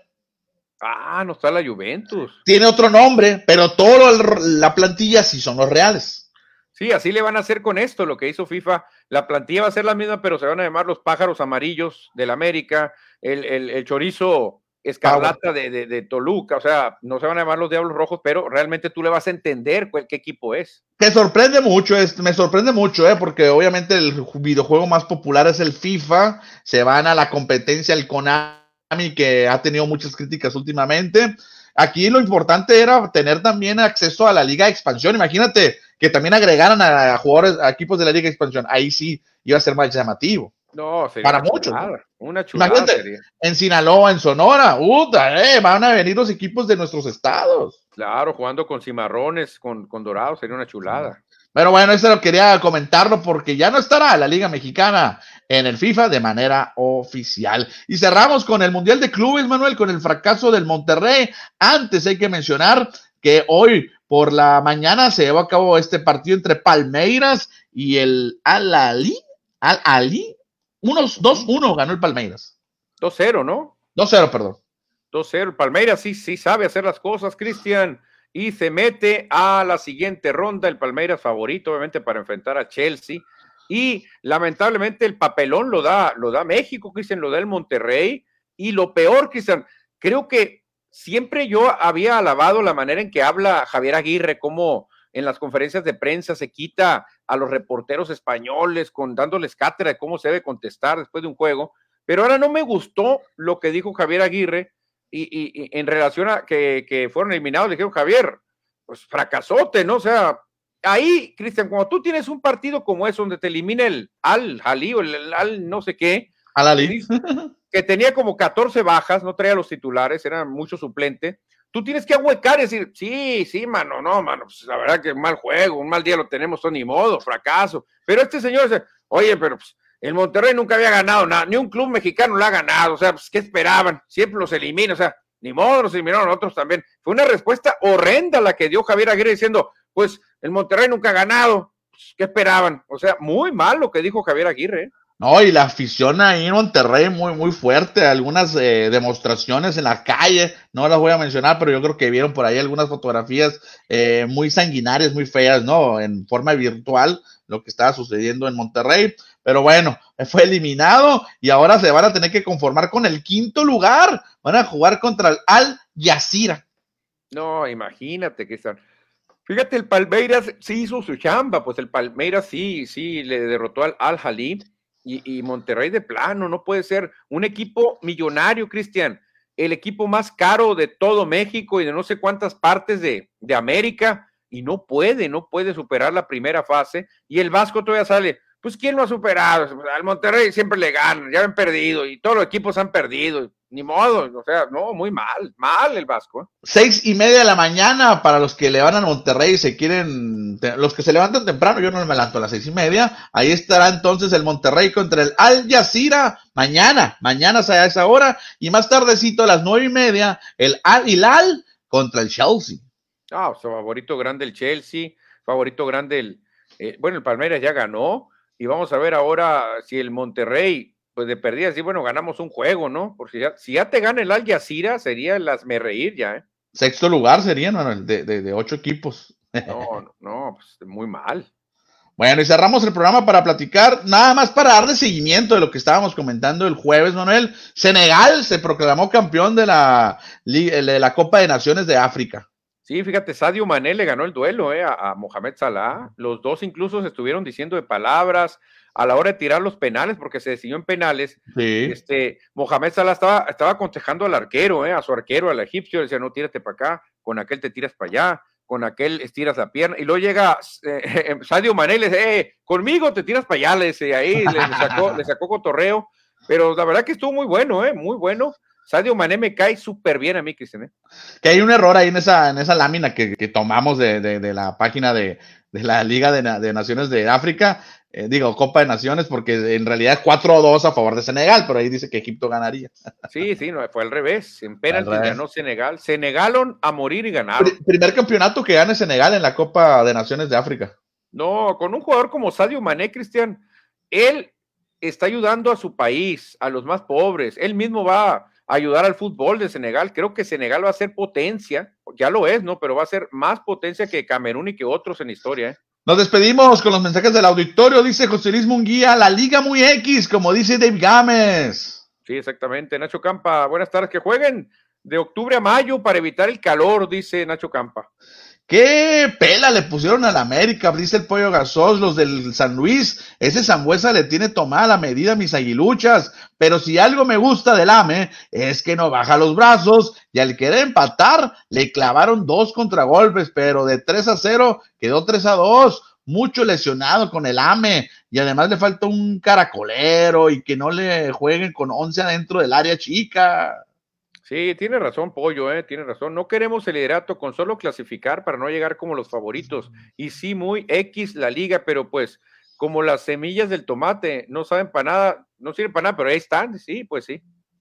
Ah, no está la Juventus.
Tiene otro nombre, pero toda la plantilla sí son los reales.
Sí, así le van a hacer con esto, lo que hizo FIFA. La plantilla va a ser la misma, pero se van a llamar los pájaros amarillos del América, el, el, el chorizo escarlata de, de, de Toluca, o sea, no se van a llamar los Diablos Rojos, pero realmente tú le vas a entender cuál, qué equipo es.
Me sorprende mucho, es, me sorprende mucho, eh, porque obviamente el videojuego más popular es el FIFA, se van a la competencia el Konami, que ha tenido muchas críticas últimamente. Aquí lo importante era tener también acceso a la Liga de Expansión. Imagínate que también agregaran a jugadores, a equipos de la Liga de Expansión. Ahí sí iba a ser más llamativo.
No, sería
para
una
muchos.
Chulada,
¿no?
Una chulada.
Imagínate,
Sería.
En Sinaloa, en Sonora, puta, eh, van a venir los equipos de nuestros estados.
Claro, jugando con cimarrones, con, con dorados, sería una chulada.
Pero bueno, eso lo quería comentarlo porque ya no estará la Liga Mexicana en el FIFA de manera oficial. Y cerramos con el Mundial de Clubes, Manuel, con el fracaso del Monterrey. Antes hay que mencionar que hoy por la mañana se llevó a cabo este partido entre Palmeiras y el Al-Ali. Al-Ali, unos dos uno ganó el Palmeiras.
dos cero, ¿no?
dos cero, perdón.
dos cero, el Palmeiras sí, sí sabe hacer las cosas, Cristian. Y se mete a la siguiente ronda, el Palmeiras favorito, obviamente, para enfrentar a Chelsea. Y lamentablemente el papelón lo da, lo da México, Cristian, lo da el Monterrey. Y lo peor, Cristian, creo que siempre yo había alabado la manera en que habla Javier Aguirre, cómo en las conferencias de prensa se quita a los reporteros españoles con dándoles cátedra de cómo se debe contestar después de un juego. Pero ahora no me gustó lo que dijo Javier Aguirre. Y, y, y en relación a que, que fueron eliminados, le dijeron, Javier, pues fracasote, ¿no? O sea, ahí, Cristian, cuando tú tienes un partido como eso, donde te elimina el Al-Ali o el, el Al no sé qué,
Al-Ali,
que tenía como catorce bajas, no traía los titulares, era mucho suplente, tú tienes que ahuecar y decir, sí, sí, mano, no, mano, pues la verdad que un mal juego, un mal día lo tenemos, ni modo, fracaso. Pero este señor dice, oye, pero pues, el Monterrey nunca había ganado nada, ni un club mexicano lo ha ganado, o sea, pues, ¿qué esperaban? Siempre los elimina, o sea, ni modo, los eliminaron otros también. Fue una respuesta horrenda la que dio Javier Aguirre diciendo, pues, el Monterrey nunca ha ganado, pues, ¿qué esperaban? O sea, muy mal lo que dijo Javier Aguirre.
No, y la afición ahí en Monterrey muy, muy fuerte, algunas eh, demostraciones en la calle, no las voy a mencionar, pero yo creo que vieron por ahí algunas fotografías eh, muy sanguinarias, muy feas, ¿no? En forma virtual, lo que estaba sucediendo en Monterrey, pero bueno, fue eliminado y ahora se van a tener que conformar con el quinto lugar, van a jugar contra el Al Jazeera.
No, imagínate que están. Fíjate, el Palmeiras sí hizo su chamba, pues el Palmeiras sí, sí, le derrotó al Al Ahly y, y Monterrey de plano, no puede ser un equipo millonario, Cristian, el equipo más caro de todo México y de no sé cuántas partes de, de América, y no puede, no puede superar la primera fase, y el Vasco todavía sale, pues ¿quién lo ha superado? Al Monterrey siempre le ganan, ya han perdido, y todos los equipos han perdido, ni modo, o sea, no, muy mal, mal el Vasco, ¿eh?
Seis y media de la mañana para los que le van a Monterrey y se quieren, los que se levantan temprano, yo no me levanto a las seis y media, ahí estará entonces el Monterrey contra el Al Jazeera, mañana, mañana a esa hora, y más tardecito a las nueve y media, el Al Hilal contra el Chelsea.
Ah, su favorito grande el Chelsea, favorito grande el, eh, bueno, el Palmeiras ya ganó, y vamos a ver ahora si el Monterrey, pues de perdida, sí, bueno, ganamos un juego, ¿no? Por si ya, si ya te gana el Al Jazeera, sería el hazme reír ya, ¿eh?
Sexto lugar sería, ¿no? De, de, de ocho equipos.
No, no, no, pues muy mal.
Bueno, y cerramos el programa para platicar, nada más para darle seguimiento de lo que estábamos comentando el jueves, Manuel. Senegal se proclamó campeón de la, de la Copa de Naciones de África.
Sí, fíjate, Sadio Mané le ganó el duelo eh, a, a Mohamed Salah. Los dos incluso se estuvieron diciendo de palabras a la hora de tirar los penales, porque se decidió en penales.
Sí.
Este, Mohamed Salah estaba, estaba aconsejando al arquero, eh, a su arquero, al egipcio, le decía, no, tírate para acá, con aquel te tiras para allá, con aquel estiras la pierna, y luego llega eh, eh, Sadio Mané y le dice, eh, conmigo te tiras para allá, le dice, ahí le, le, sacó, le sacó cotorreo, pero la verdad que estuvo muy bueno, eh, muy bueno. Sadio Mané me cae súper bien a mí, Cristian. ¿eh?
Que hay un error ahí en esa, en esa lámina que, que tomamos de, de, de, la página de, de la Liga de, de Naciones de África, eh, digo, Copa de Naciones, porque en realidad cuatro a dos a favor de Senegal, pero ahí dice que Egipto ganaría.
Sí, sí, no, fue al revés. En penaltis ganó Senegal. Senegalon a morir y ganaron.
Pr primer campeonato que gane Senegal en la Copa de Naciones de África.
No, con un jugador como Sadio Mané, Cristian, él está ayudando a su país, a los más pobres. Él mismo va a ayudar al fútbol de Senegal. Creo que Senegal va a ser potencia, ya lo es, ¿no? Pero va a ser más potencia que Camerún y que otros en la historia, ¿eh?
Nos despedimos con los mensajes del auditorio, dice José Luis Munguía, la Liga muy X, como dice Dave Gámez.
Sí, exactamente. Nacho Campa, buenas tardes, que jueguen de octubre a mayo para evitar el calor, dice Nacho Campa.
¿Qué pela le pusieron a la América? Dice el Pollo Gasós, los del San Luis. Ese Zambuesa le tiene tomada la medida a mis aguiluchas. Pero si algo me gusta del A M E es que no baja los brazos y al querer empatar le clavaron dos contragolpes, pero de tres a cero quedó tres a dos. Mucho lesionado con el A M E y además le falta un caracolero y que no le jueguen con once adentro del área chica.
Sí, tiene razón, Pollo, eh, tiene razón. No queremos el liderato con solo clasificar para no llegar como los favoritos. Y sí, muy X la liga, pero pues como las semillas del tomate, no saben para nada, no sirven para nada, pero ahí están, sí, pues sí.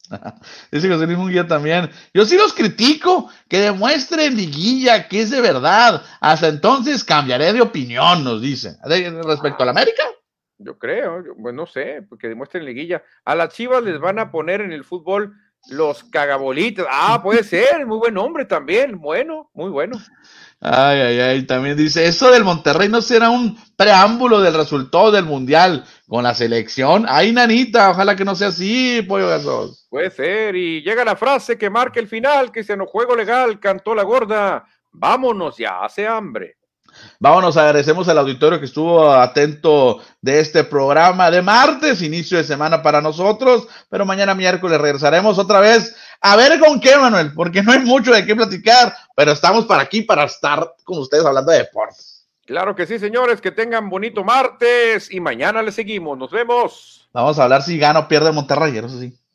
Dice José Luis Munguía también. Yo sí los critico, que demuestren liguilla, que es de verdad. Hasta entonces cambiaré de opinión, nos dice. Respecto a la América.
Yo creo, yo, pues no sé, porque demuestren liguilla. A las Chivas les van a poner en el fútbol los cagabolitas. Ah, puede ser, muy buen nombre también. Bueno, muy bueno.
Ay, ay, ay. También dice, eso del Monterrey no será un preámbulo del resultado del Mundial con la selección. Ay, nanita, ojalá que no sea así, Pollo Gasós.
Puede ser. Y llega la frase que marca el final, que se nos juego legal, cantó la gorda. Vámonos, ya hace hambre.
Vámonos, agradecemos al auditorio que estuvo atento de este programa de martes, inicio de semana para nosotros, pero mañana miércoles regresaremos otra vez a ver con qué, Manuel, porque no hay mucho de qué platicar, pero estamos para aquí para estar con ustedes hablando de deportes.
Claro que sí, señores, que tengan bonito martes y mañana les seguimos, nos vemos.
Vamos a hablar si gana o pierde Monterrey, eso sí.